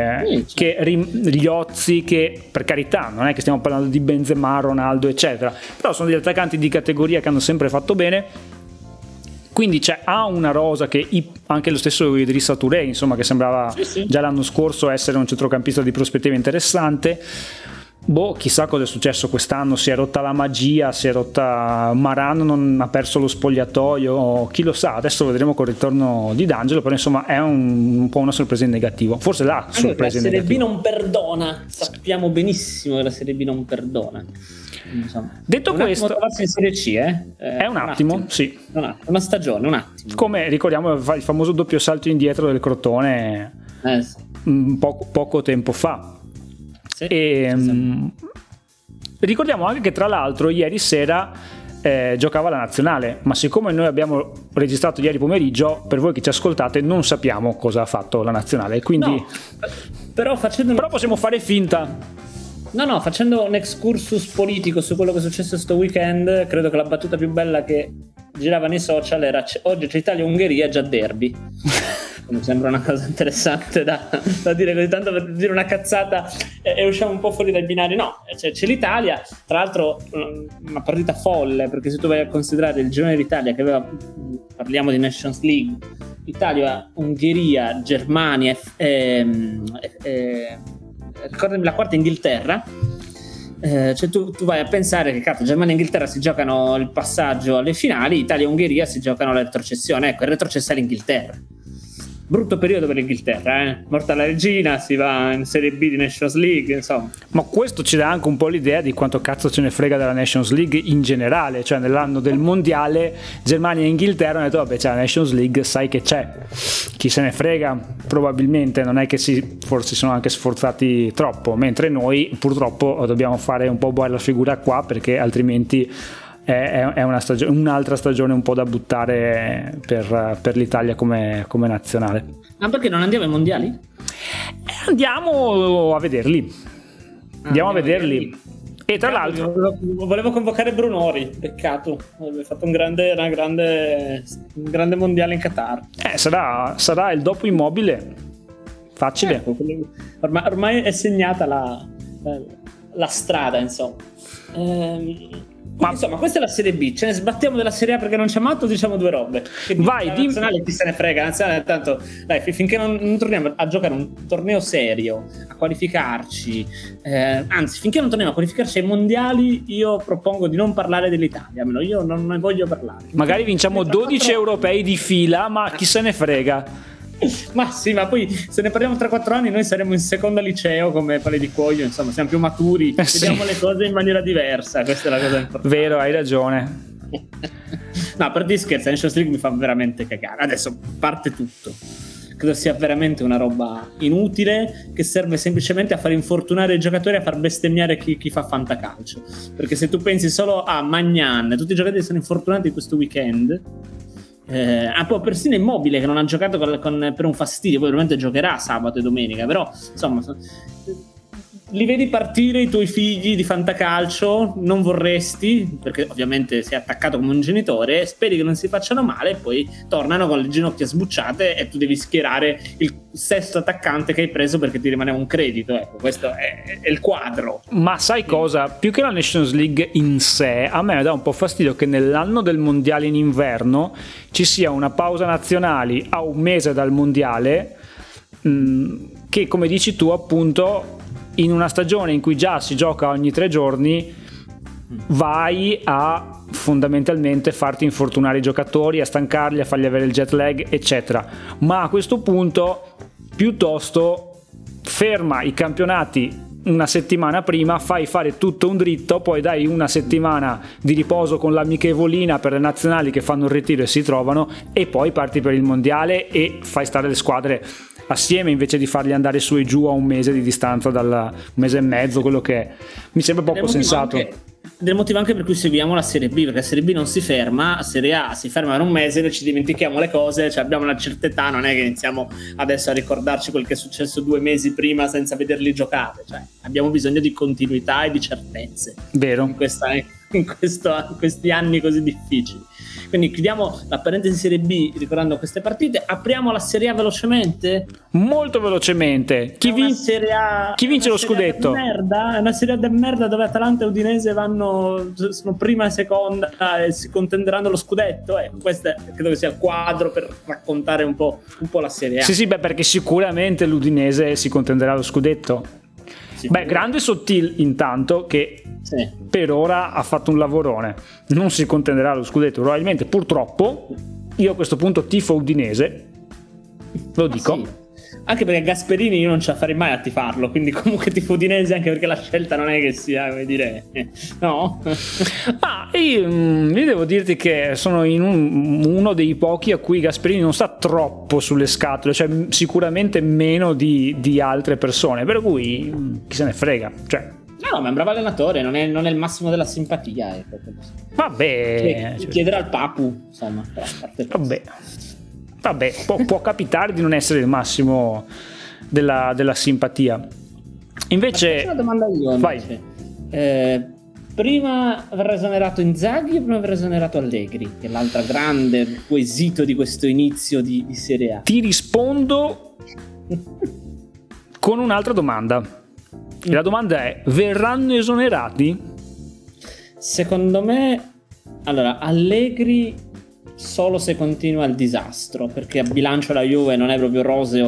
Riozzi, che per carità non è che stiamo parlando di Benzema, Ronaldo eccetera, però sono degli attaccanti di categoria che hanno sempre fatto bene. Quindi ha una rosa che anche lo stesso Idrissa Touré, insomma, che sembrava già l'anno scorso essere un centrocampista di prospettiva interessante. Chissà cosa è successo quest'anno, si è rotta la magia, si è rotta Maran, non ha perso lo spogliatoio, chi lo sa, adesso vedremo col ritorno di D'Angelo, però insomma è un po' una sorpresa in negativo, forse la sorpresa in negativo. La Serie B non perdona, sappiamo benissimo che la Serie B non perdona. Insomma, detto questo, in Serie C è un attimo, sì, una stagione, un attimo. Come ricordiamo il famoso doppio salto indietro del Crotone poco tempo fa. Sì, ricordiamo anche che tra l'altro ieri sera giocava la nazionale, ma siccome noi abbiamo registrato ieri pomeriggio, per voi che ci ascoltate non sappiamo cosa ha fatto la nazionale, quindi no, però possiamo fare finta. No, facendo un excursus politico su quello che è successo sto weekend, credo che la battuta più bella che girava nei social era: oggi c'è Italia-Ungheria, già derby. Mi sembra una cosa interessante da dire, così tanto per dire una cazzata e usciamo un po' fuori dai binari. No, c'è l'Italia, tra l'altro una partita folle, perché se tu vai a considerare il girone d'Italia che aveva, parliamo di Nations League, Italia, Ungheria, Germania, ricordami la quarta, Inghilterra. Cioè tu vai a pensare che cazzo, Germania e Inghilterra si giocano il passaggio alle finali, Italia e Ungheria si giocano la retrocessione. Ecco, il retrocessa l'Inghilterra. Brutto periodo per l'Inghilterra, morta la regina, si va in Serie B di Nations League, insomma. Ma questo ci dà anche un po' l'idea di quanto cazzo ce ne frega della Nations League in generale, cioè nell'anno del mondiale Germania e Inghilterra hanno detto vabbè, c'è la Nations League, sai che c'è, chi se ne frega, probabilmente non è che forse sono anche sforzati troppo, mentre noi purtroppo dobbiamo fare un po' bella figura qua, perché altrimenti è un'altra stagione un po' da buttare per l'Italia come nazionale. Ma perché non andiamo ai mondiali? Andiamo a vederli. Andiamo a vederli. E tra l'altro volevo convocare Brunori, peccato, avrebbe fatto un grande mondiale in Qatar. Sarà il dopo Immobile. Facile. Ormai è segnata la strada, insomma. Insomma, questa è la Serie B. Ce ne sbattiamo della Serie A perché non c'è matto, diciamo due robe. Vai, la nazionale chi se ne frega, la nazionale tanto dai, finché non torniamo a giocare un torneo serio, a qualificarci, anzi finché non torniamo a qualificarci ai mondiali, io propongo di non parlare dell'Italia, almeno io non ne voglio parlare. Magari vinciamo 12 europei di fila, ma chi se ne frega. Ma sì, ma poi se ne parliamo tra 4 anni noi saremo in seconda liceo come Pale di Cuoio, insomma siamo più maturi, vediamo le cose in maniera diversa, questa è la cosa importante. Vero, hai ragione. No, per dire scherzi, la Nations League mi fa veramente cagare. Adesso parte tutto, credo sia veramente una roba inutile che serve semplicemente a far infortunare i giocatori e a far bestemmiare chi fa fantacalcio, perché se tu pensi solo a Magnan, tutti i giocatori sono infortunati questo weekend. Poi persino Immobile che non ha giocato per un fastidio, poi ovviamente giocherà sabato e domenica, però insomma li vedi partire i tuoi figli di fantacalcio, non vorresti, perché ovviamente sei attaccato come un genitore, speri che non si facciano male e poi tornano con le ginocchia sbucciate e tu devi schierare il sesto attaccante che hai preso perché ti rimaneva un credito. Ecco, questo è il quadro. Ma sai cosa? Più che la Nations League in sé, a me dà un po' fastidio che nell'anno del mondiale in inverno ci sia una pausa nazionali a un mese dal mondiale, che come dici tu appunto in una stagione in cui già si gioca ogni 3 giorni vai a fondamentalmente farti infortunare i giocatori, a stancarli, a fargli avere il jet lag eccetera, ma a questo punto piuttosto ferma i campionati una settimana prima, fai fare tutto un dritto, poi dai una settimana di riposo con l'amichevolina per le nazionali che fanno il ritiro e si trovano, e poi parti per il mondiale e fai stare le squadre assieme invece di farli andare su e giù a un mese di distanza, un mese e mezzo, quello che è. Mi sembra poco sensato. Del motivo anche per cui seguiamo la Serie B, perché la Serie B non si ferma, la Serie A si ferma per un mese, noi ci dimentichiamo le cose, cioè abbiamo una certa età, non è che iniziamo adesso a ricordarci quel che è successo 2 mesi prima senza vederli giocare, cioè abbiamo bisogno di continuità e di certezze. Vero. In questi anni così difficili. Quindi chiudiamo la parentesi Serie B ricordando queste partite, apriamo la Serie A velocemente? Molto velocemente. Chi vince lo scudetto? È una Serie A de merda dove Atalanta e Udinese sono prima e seconda e si contenderanno lo scudetto. Questo credo che sia il quadro per raccontare un po' la Serie A. Sì, perché sicuramente l'Udinese si contenderà lo scudetto. Grande Sottil intanto che per ora ha fatto un lavorone, non si contenderà lo scudetto probabilmente, purtroppo. Io a questo punto tifo Udinese, lo dico. Sì. Anche perché Gasperini io non ce la farei mai a tifarlo, quindi comunque tifo Udinese, anche perché la scelta non è che sia, come dire, no? Io devo dirti che sono in uno dei pochi a cui Gasperini non sta troppo sulle scatole, cioè sicuramente meno di altre persone, per cui chi se ne frega, cioè. No, ma è un bravo allenatore, non è il massimo della simpatia. Vabbè. Chiedere al Papu, insomma. Vabbè, può capitare di non essere il massimo della simpatia. Invece. Faccio una domanda io. Vai. Prima verrà esonerato Inzaghi o prima verrà esonerato Allegri, che è l'altra grande quesito di questo inizio di Serie A? Ti rispondo con un'altra domanda. E la domanda è: verranno esonerati? Secondo me, allora, Allegri solo se continua il disastro, perché a bilancio la Juve non è proprio roseo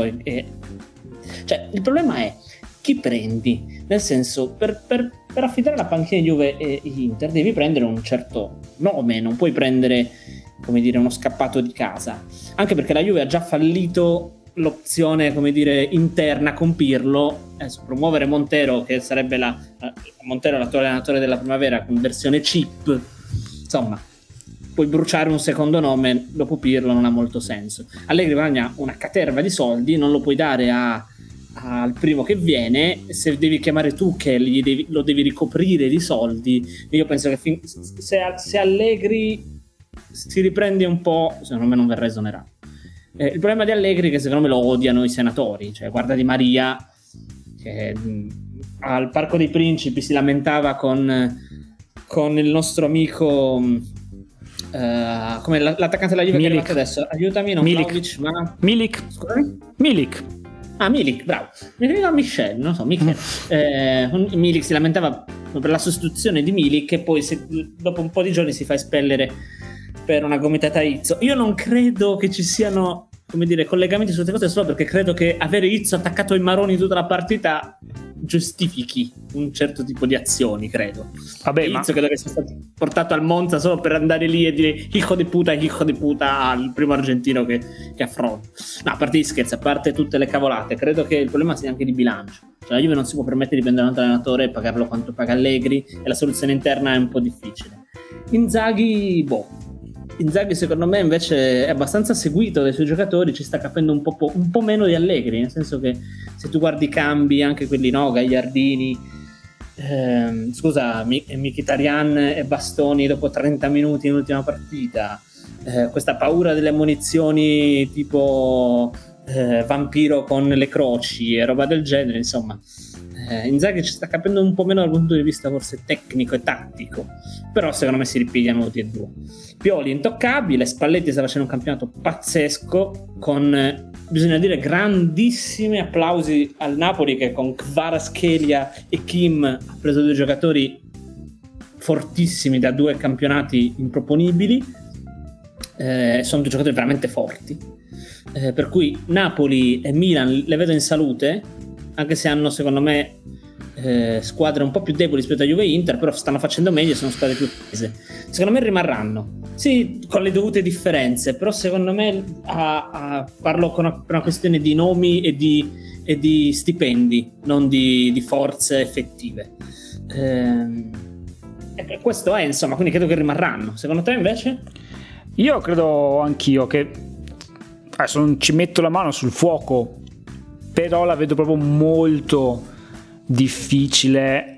cioè il problema è chi prendi, nel senso per affidare la panchina di Juve e Inter devi prendere un certo nome, non puoi prendere, come dire, uno scappato di casa, anche perché la Juve ha già fallito l'opzione, come dire, interna con Pirlo. Promuovere Montero, che sarebbe Montero l'attuale allenatore della Primavera con versione chip, insomma puoi bruciare un secondo nome dopo Pirlo, non ha molto senso. Allegri guadagna una caterva di soldi, non lo puoi dare al primo che viene, se devi chiamare tu che lo devi ricoprire di soldi. Io penso che se Allegri si riprende un po', secondo me non verrà esonerato. Il problema di Allegri è che secondo me lo odiano i senatori, cioè guarda Di Maria che al Parco dei Principi si lamentava con il nostro amico come l'attaccante della Juve che è arrivato adesso, aiutami, non Vlahovic, ma Milik. Scusami? Milik, bravo, mi veniva Michel, non so, Michel. Milik si lamentava per la sostituzione di Milik e poi dopo un po' di giorni si fa espellere per una gomitata a Izzo. Io non credo che ci siano, come dire, collegamenti su queste cose, solo perché credo che avere Izzo attaccato ai maroni tutta la partita giustifichi un certo tipo di azioni, credo. Vabbè, Izzo credo che sia stato portato al Monza solo per andare lì e dire hijo de puta al primo argentino che affronta. No, a parte gli scherzi, a parte tutte le cavolate, credo che il problema sia anche di bilancio. Cioè la Juve non si può permettere di prendere un altro allenatore e pagarlo quanto paga Allegri, e la soluzione interna è un po' difficile. Inzaghi secondo me invece è abbastanza seguito dai suoi giocatori, ci sta capendo un po' meno di Allegri, nel senso che se tu guardi i cambi, anche quelli Gagliardini, Mkhitaryan e Bastoni dopo 30 minuti in ultima partita, questa paura delle munizioni tipo vampiro con le croci e roba del genere, insomma Inzaghi ci sta capendo un po' meno dal punto di vista forse tecnico e tattico, però secondo me si ripigliano tutti e due. Pioli intoccabile, Spalletti sta facendo un campionato pazzesco con, bisogna dire, grandissimi applausi al Napoli che con Kvaratskhelia e Kim ha preso 2 giocatori fortissimi da 2 campionati improponibili, sono 2 giocatori veramente forti, per cui Napoli e Milan le vedo in salute, anche se hanno secondo me squadre un po' più deboli rispetto a Juve e Inter, però stanno facendo meglio e sono squadre più prese. Secondo me rimarranno, sì, con le dovute differenze, però secondo me parlo con una questione di nomi e e di stipendi, non di forze effettive. Questo è, insomma, quindi credo che rimarranno. Secondo te invece? Io credo anch'io che adesso non ci metto la mano sul fuoco, però la vedo proprio molto difficile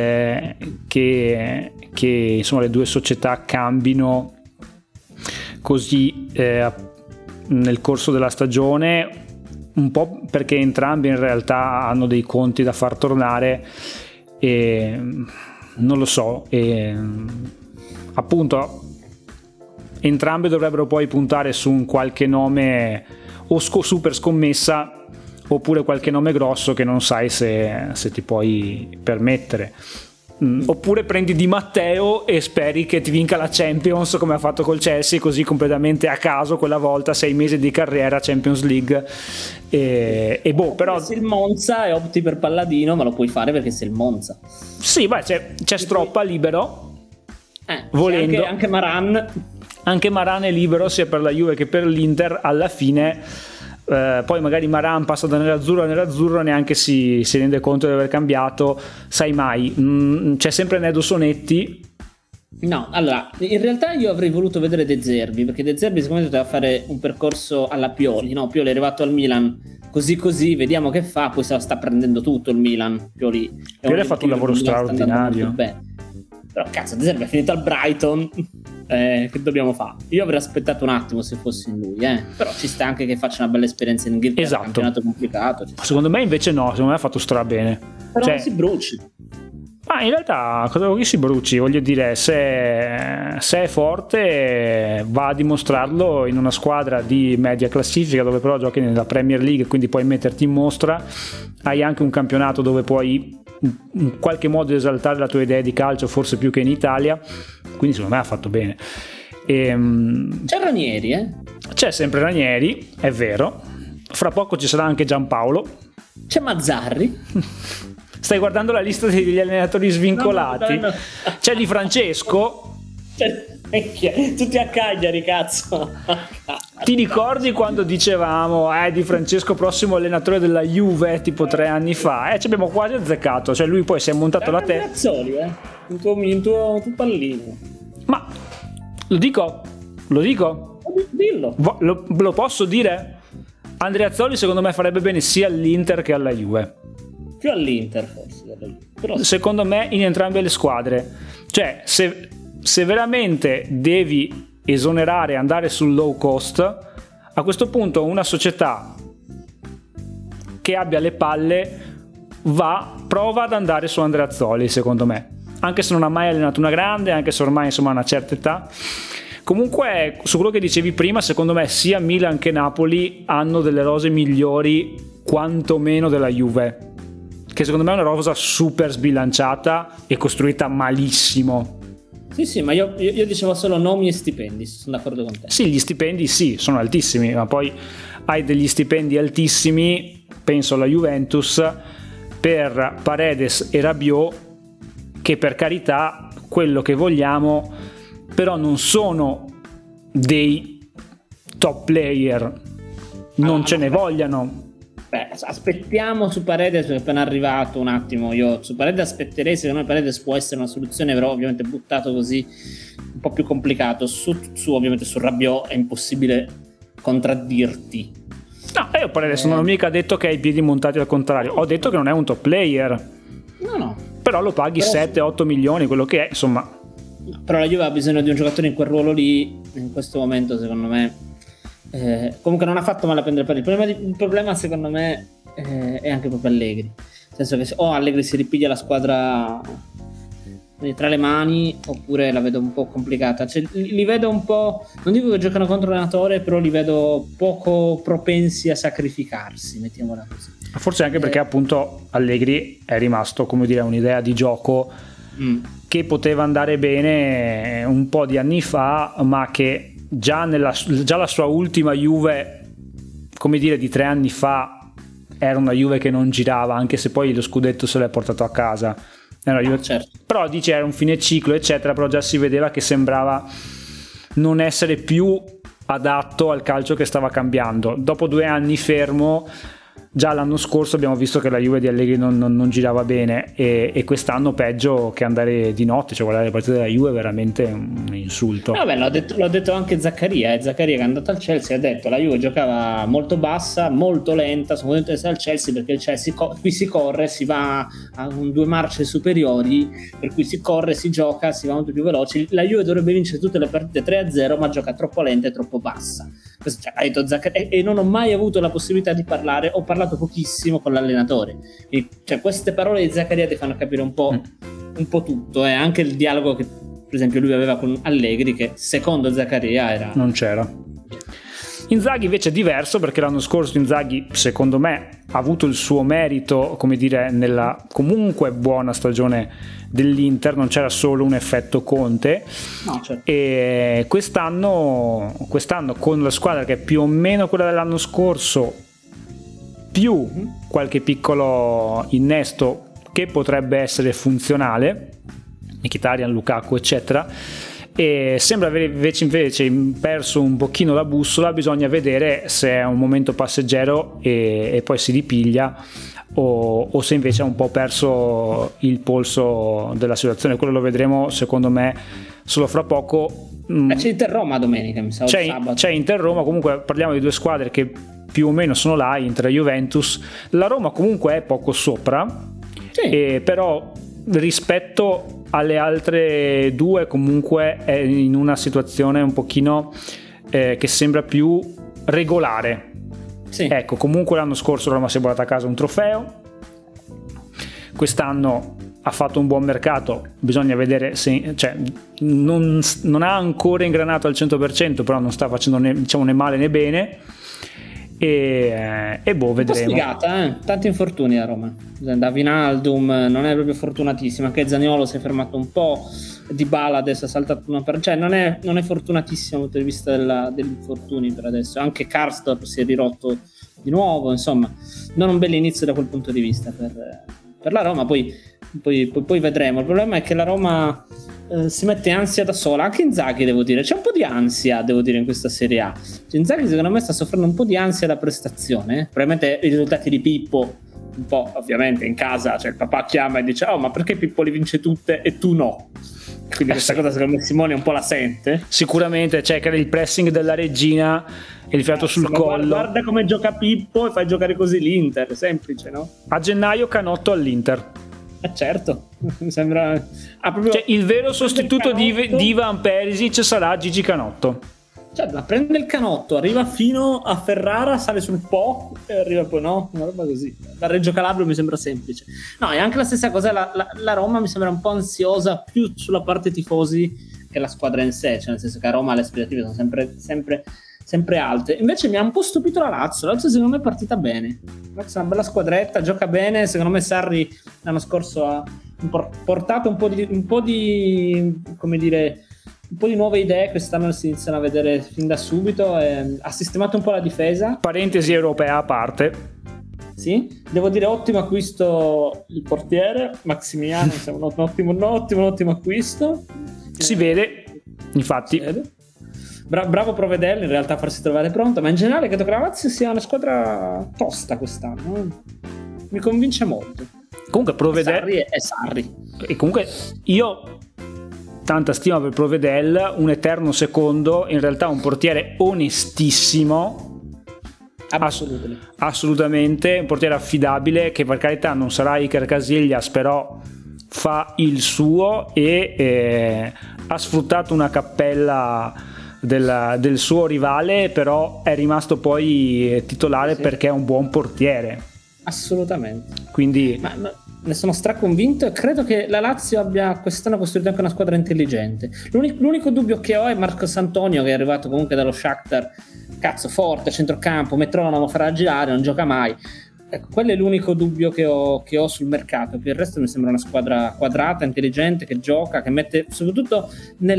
che insomma le due società cambino così nel corso della stagione, un po' perché entrambi in realtà hanno dei conti da far tornare e non lo so, appunto entrambe dovrebbero poi puntare su un qualche nome o super scommessa oppure qualche nome grosso che non sai se ti puoi permettere. Oppure prendi Di Matteo e speri che ti vinca la Champions come ha fatto col Chelsea, così completamente a caso quella volta, 6 mesi di carriera Champions League e boh, però se il Monza e opti per Palladino, ma lo puoi fare perché sei il Monza. Sì, beh, c'è Stroppa libero, volendo anche Maran è libero sia per la Juve che per l'Inter alla fine. Poi magari Maran passa da nerazzurro a nerazzurro, neanche si rende conto di aver cambiato, sai mai. C'è sempre Nedo Sonetti. No, allora in realtà io avrei voluto vedere De Zerbi, perché De Zerbi secondo me doveva fare un percorso alla Pioli, no? Pioli è arrivato al Milan così, vediamo che fa, poi sta prendendo tutto il Milan. Pioli ha fatto un lavoro straordinario, però cazzo, De Zerbi è finito al Brighton. Che dobbiamo fare? Io avrei aspettato un attimo se fossi in lui, però ci sta anche che faccia una bella esperienza in Inghilterra. Esatto. Un campionato complicato. Secondo me invece no, secondo me ha fatto strabene. Però non si bruci. Ma in realtà cosa vuoi che si bruci? Voglio dire, se è forte va a dimostrarlo in una squadra di media classifica dove però giochi nella Premier League, quindi puoi metterti in mostra, hai anche un campionato dove puoi in qualche modo esaltare la tua idea di calcio, forse più che in Italia, quindi secondo me ha fatto bene. C'è Ranieri, C'è sempre Ranieri, è vero, fra poco ci sarà anche Giampaolo, c'è Mazzarri. Stai guardando la lista degli allenatori svincolati? No. C'è Di Francesco. Tutti a Cagliari, cazzo. Ti ricordi quando dicevamo Di Francesco prossimo allenatore della Juve tipo 3 anni fa? Ci abbiamo quasi azzeccato, cioè lui poi si è montato la testa. Cazzoli, il tuo pallino. Ma lo dico? Dillo. Lo posso dire? Andreazzoli secondo me farebbe bene sia all'Inter che alla Juve. Più all'Inter forse, però secondo me in entrambe le squadre. Cioè se veramente devi esonerare e andare sul low cost, a questo punto una società che abbia le palle prova ad andare su Andreazzoli, secondo me, anche se non ha mai allenato una grande, anche se ormai insomma ha una certa età. Comunque su quello che dicevi prima, secondo me sia Milan che Napoli hanno delle rose migliori quantomeno della Juve, che secondo me è una rosa super sbilanciata e costruita malissimo. Sì, ma io dicevo solo nomi e stipendi, sono d'accordo con te. Sì, gli stipendi sì, sono altissimi, ma poi hai degli stipendi altissimi, penso alla Juventus, per Paredes e Rabiot, che per carità, quello che vogliamo, però non sono dei top player, non ce ne vogliano. Beh, aspettiamo su Paredes, perché è appena arrivato un attimo. Io su Paredes aspetterei, secondo me Paredes può essere una soluzione, però ovviamente buttato così un po' più complicato. Su ovviamente su Rabiot è impossibile contraddirti. No, io Paredes non ho mica detto che ha i piedi montati al contrario, ho detto che non è un top player. No. Però lo paghi 7-8 milioni, quello che è, insomma. No, però la Juve ha bisogno di un giocatore in quel ruolo lì, in questo momento secondo me. Comunque non ha fatto male a prendere il problema secondo me è anche proprio Allegri, nel senso che Allegri si ripiglia la squadra tra le mani oppure la vedo un po' complicata, cioè, li vedo un po', non dico che giocano contro l'allenatore, però li vedo poco propensi a sacrificarsi, mettiamola così. Forse anche perché appunto Allegri è rimasto, come dire, un'idea di gioco che poteva andare bene un po' di anni fa, ma che già la sua ultima Juve, come dire, di 3 anni fa era una Juve che non girava, anche se poi lo scudetto se l'è portato a casa. Certo. Però dice era un fine ciclo eccetera, però già si vedeva che sembrava non essere più adatto al calcio che stava cambiando. Dopo 2 anni fermo già l'anno scorso abbiamo visto che la Juve di Allegri non girava bene, e quest'anno peggio che andare di notte, cioè guardare le partite della Juve è veramente un insulto. Vabbè, l'ho detto anche Zaccaria, che è andato al Chelsea, ha detto la Juve giocava molto bassa, molto lenta, sono venuto al Chelsea perché il Chelsea qui si corre, si va a 2 marce superiori, per cui si corre, si gioca, si va molto più veloci, la Juve dovrebbe vincere tutte le partite 3-0 ma gioca troppo lenta e troppo bassa. Questo, ha detto Zaccaria, e non ho mai avuto la possibilità di parlare, ho parlato pochissimo con l'allenatore, e, cioè, queste parole di Zaccaria ti fanno capire un po' tutto, anche il dialogo che per esempio lui aveva con Allegri, che secondo Zaccaria non c'era. Inzaghi invece è diverso, perché l'anno scorso Inzaghi secondo me ha avuto il suo merito, come dire, nella comunque buona stagione dell'Inter, non c'era solo un effetto Conte. No, certo. E quest'anno con la squadra che è più o meno quella dell'anno scorso, più qualche piccolo innesto che potrebbe essere funzionale, Mkhitaryan, Lukaku eccetera, e sembra aver invece perso un pochino la bussola. Bisogna vedere se è un momento passeggero e poi si ripiglia, o se invece ha un po' perso il polso della situazione. Quello lo vedremo secondo me solo fra poco. C'è Inter-Roma domenica, mi sa, c'è Inter-Roma. Comunque parliamo di due squadre che più o meno sono là, Inter e Juventus. La Roma comunque è poco sopra, sì. Però rispetto alle altre due comunque è in una situazione un pochino che sembra più regolare. Sì. Ecco, comunque l'anno scorso la Roma si è portata a casa un trofeo, quest'anno ha fatto un buon mercato, bisogna vedere se, cioè, non ha ancora ingranato al 100%, però non sta facendo né male né bene, e vedremo. Un po' sfigata, tanti infortuni a Roma. Da Wijnaldum non è proprio fortunatissimo, anche Zaniolo si è fermato un po', Dybala adesso ha saltato cioè non è fortunatissimo dal punto di vista degli infortuni per adesso. Anche Karsdorp si è rirotto di nuovo, insomma non un bel inizio da quel punto di vista per la Roma. Poi vedremo. Il problema è che la Roma si mette ansia da sola. Anche Inzaghi, devo dire, c'è un po' di ansia, devo dire, in questa Serie A. Inzaghi secondo me sta soffrendo un po' di ansia da prestazione, probabilmente i risultati di Pippo un po', ovviamente in casa, cioè il papà chiama e dice oh ma perché Pippo li vince tutte e tu no? Quindi questa cosa secondo me Simone un po' la sente sicuramente, cioè che il pressing della regina e il fiato sul collo. Guarda come gioca Pippo e fai giocare così l'Inter, semplice, no? A gennaio Canotto all'Inter. Certo, mi sembra proprio, cioè, il vero sostituto di Ivan Perisic sarà Gigi Canotto. Cioè, prende il Canotto, arriva fino a Ferrara, sale sul Po e arriva poi, no? Una roba così. Da Reggio Calabria mi sembra semplice. No, è anche la stessa cosa, la Roma mi sembra un po' ansiosa più sulla parte tifosi che la squadra in sé, cioè nel senso che a Roma le aspettative sono sempre alte. Invece mi ha un po' stupito la Lazio secondo me è partita bene. La Lazio è una bella squadretta, gioca bene, secondo me Sarri l'anno scorso ha portato un po' di come dire, un po' di nuove idee, quest'anno si iniziano a vedere fin da subito, ha sistemato un po' la difesa. Parentesi europea a parte. Sì, devo dire ottimo acquisto il portiere Maximiano, un ottimo acquisto. Si vede, infatti. Bravo Provedel in realtà a farsi trovare pronto, ma in generale credo che la Lazio sia una squadra tosta quest'anno. Mi convince molto. Comunque Provedel è Sarri. E comunque io tanta stima per Provedel, un eterno secondo, in realtà un portiere onestissimo, assolutamente, un portiere affidabile che per carità non sarà Iker Casillas, però fa il suo e ha sfruttato una cappella del suo rivale, però è rimasto poi titolare, sì, perché è un buon portiere. Assolutamente. Quindi ne sono straconvinto e credo che la Lazio abbia quest'anno costruito anche una squadra intelligente. L'unico dubbio che ho è Marcos Antonio, che è arrivato comunque dallo Shakhtar, cazzo forte, centrocampo, metronomo, farà girare, non gioca mai. Ecco, quello è l'unico dubbio che ho sul mercato. Per il resto mi sembra una squadra quadrata, intelligente, che gioca, che mette soprattutto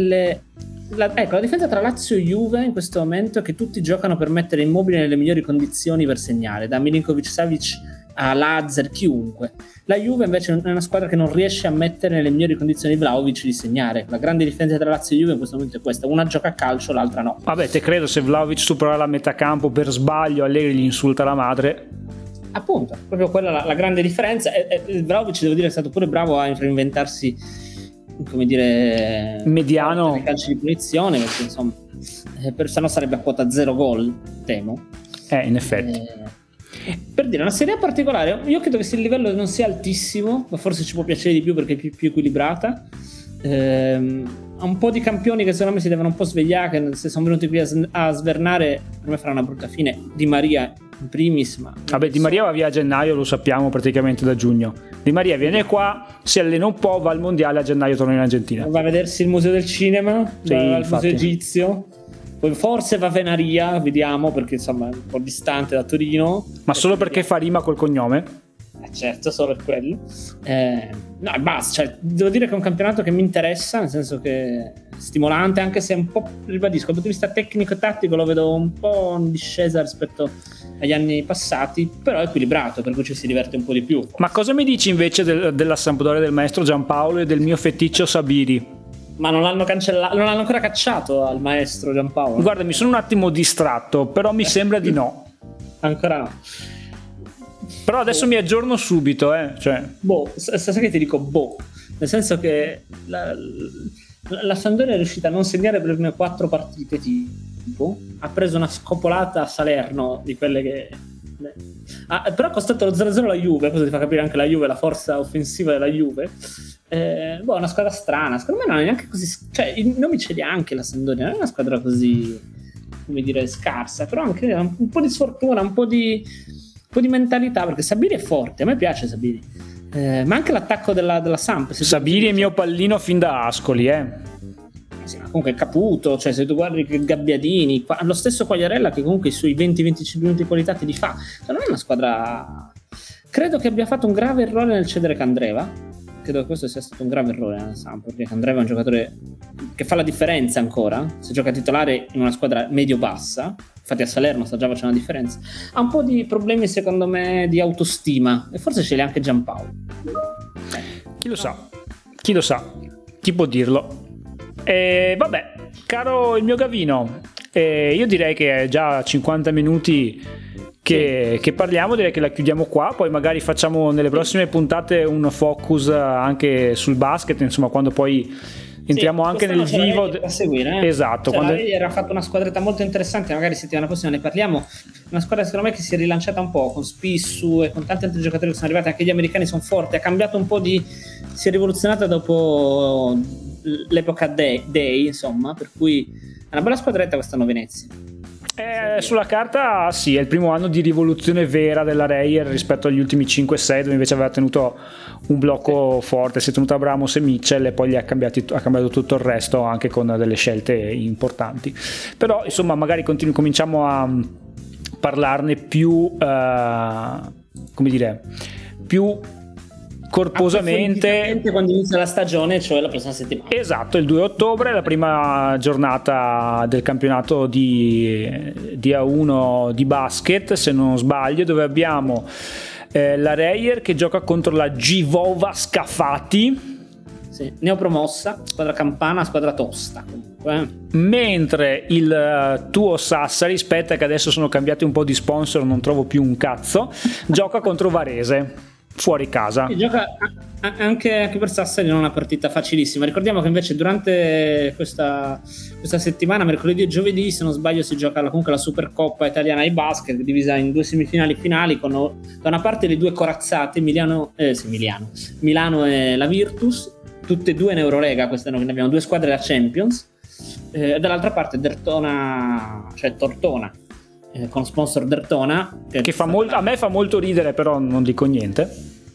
la difesa tra Lazio e Juve in questo momento è che tutti giocano per mettere Immobile nelle migliori condizioni per segnare, da Milinkovic-Savic a Lazar, chiunque. La Juve invece è una squadra che non riesce a mettere nelle migliori condizioni Vlahovic di segnare. La grande differenza tra Lazio e Juve in questo momento è questa: una gioca a calcio, l'altra no. Vabbè, te credo, se Vlahovic supererà la metà campo per sbaglio, Allegri gli insulta la madre. appunto, proprio quella la grande differenza. E Vlahovic, devo dire, è stato pure bravo a reinventarsi, come dire, mediano nei calci di punizione, perché insomma se no sarebbe a quota 0 gol, temo. In effetti. Per dire, una Serie A particolare, io credo che il livello non sia altissimo, ma forse ci può piacere di più perché è più equilibrata. Ha un po' di campioni che secondo me si devono un po' svegliare, che se sono venuti qui a svernare, per me farà una brutta fine. Di Maria in primis, ma vabbè, Di Maria va via a gennaio, lo sappiamo praticamente da giugno. Di Maria viene qua, si allena un po', va al mondiale, a gennaio torna in Argentina, va a vedersi il museo del cinema, sì, va al infatti. museo egizio, poi forse va a Venaria, vediamo, perché insomma è un po' distante da Torino, ma solo perché fa rima col cognome. Certo, solo per quello. No, e basta, cioè, devo dire che è un campionato che mi interessa, nel senso che è stimolante, anche se è un po', ribadisco, dal punto di vista tecnico e tattico lo vedo un po' in discesa rispetto agli anni passati, però è equilibrato, per cui ci si diverte un po' di più. Ma cosa mi dici invece della Sampdoria del maestro Giampaolo e del mio feticcio Sabiri? Ma non l'hanno cancellato, non l'hanno ancora cacciato al maestro Giampaolo? Guarda, mi sono un attimo distratto, però mi sembra di no. Ancora no. Però adesso mi aggiorno subito, cioè. Sai che ti dico nel senso che la Sampdoria è riuscita a non segnare per le prime 4 partite tipo, ha preso una scopolata a Salerno di quelle che però ha costato lo 0-0 la Juve, cosa ti fa capire anche la Juve, la forza offensiva della Juve. È una squadra strana, secondo me non è neanche così, cioè i nomi ce li ha anche la Sampdoria, non è una squadra così, come dire, scarsa, però anche un po' di sfortuna, un po' di mentalità, perché Sabiri è forte, a me piace Sabiri, ma anche l'attacco della Samp. Sabiri è mio pallino fin da Ascoli, Sì, ma comunque Caputo, cioè se tu guardi Gabbiadini, lo stesso Quagliarella che comunque i suoi 20-25 minuti di qualità te li fa, non è una squadra, credo che abbia fatto un grave errore nel cedere Candreva, credo che questo sia stato un grave errore nella Samp, perché Candreva è un giocatore che fa la differenza ancora, se gioca titolare in una squadra medio-bassa. Infatti a Salerno sta già facendo la differenza. Ha un po' di problemi secondo me di autostima, e forse ce li ha anche Giampaolo. Chi lo sa, chi può dirlo. Vabbè, caro il mio Gavino, io direi che è già 50 minuti che parliamo, direi che la chiudiamo qua, poi magari facciamo nelle prossime puntate un focus anche sul basket, insomma, quando poi entriamo anche nel vivo da seguire, esatto, quando era fatto una squadretta molto interessante, magari settimana prossima ne parliamo, una squadra secondo me che si è rilanciata un po' con Spissu e con tanti altri giocatori che sono arrivati, anche gli americani sono forti, ha cambiato un po' si è rivoluzionata dopo l'epoca Day, insomma, per cui è una bella squadretta quest'anno Venezia. Sulla carta sì, è il primo anno di rivoluzione vera della Reyer rispetto agli ultimi 5-6, dove invece aveva tenuto un blocco forte, si è tenuto Abramos e Mitchell e poi ha cambiato tutto il resto, anche con delle scelte importanti. Però insomma magari cominciamo a parlarne più come dire, più corposamente quando inizia la stagione, cioè la prossima settimana. Esatto, il 2 ottobre, la prima giornata del campionato di A1 di basket, se non sbaglio, dove abbiamo la Reyer che gioca contro la Givova Scafati, sì, neopromossa, squadra campana, squadra tosta. Mentre il tuo Sassari, aspetta che adesso sono cambiati un po' di sponsor, non trovo più un cazzo, gioca contro Varese fuori casa. E gioca anche per Sassari, non una partita facilissima. Ricordiamo che invece durante questa settimana, mercoledì e giovedì, se non sbaglio, si gioca comunque la Supercoppa italiana di basket, divisa in 2 semifinali finali, con da una parte le 2 corazzate, Milano e la Virtus, tutte e 2 in Eurolega. Quest'anno ne abbiamo 2 squadre da Champions, e dall'altra parte Tortona, con sponsor Dertona, che fa a me fa molto ridere, però non dico niente.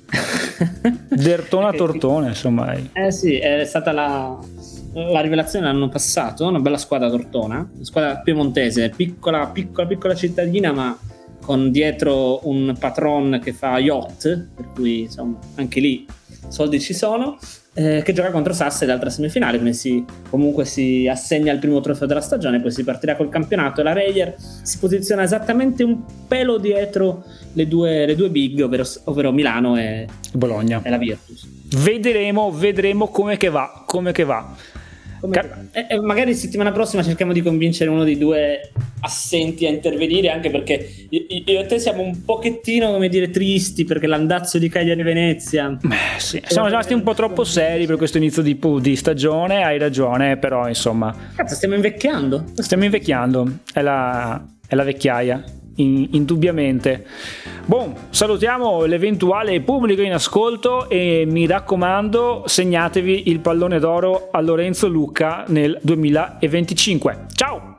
Dertona Tortone, insomma. Sì, è stata la rivelazione l'anno passato, una bella squadra Tortona, una squadra piemontese, piccola cittadina, ma con dietro un patron che fa yacht, per cui insomma anche lì soldi ci sono, che gioca contro Sassari l'altra semifinale, comunque si assegna il primo trofeo della stagione, poi si partirà col campionato e la Reyer si posiziona esattamente un pelo dietro le due big, ovvero Milano e Bologna e la Virtus. Vedremo come che va. Magari settimana prossima cerchiamo di convincere uno dei due assenti a intervenire, anche perché io e te siamo un pochettino, come dire, tristi perché l'andazzo di Cagliari Venezia. Sì. Siamo rimasti un po' troppo seri per questo inizio di stagione, hai ragione, però insomma. Cazzo, stiamo invecchiando. È la vecchiaia. Indubbiamente. Salutiamo l'eventuale pubblico in ascolto e mi raccomando, segnatevi il pallone d'oro a Lorenzo Lucca nel 2025. Ciao!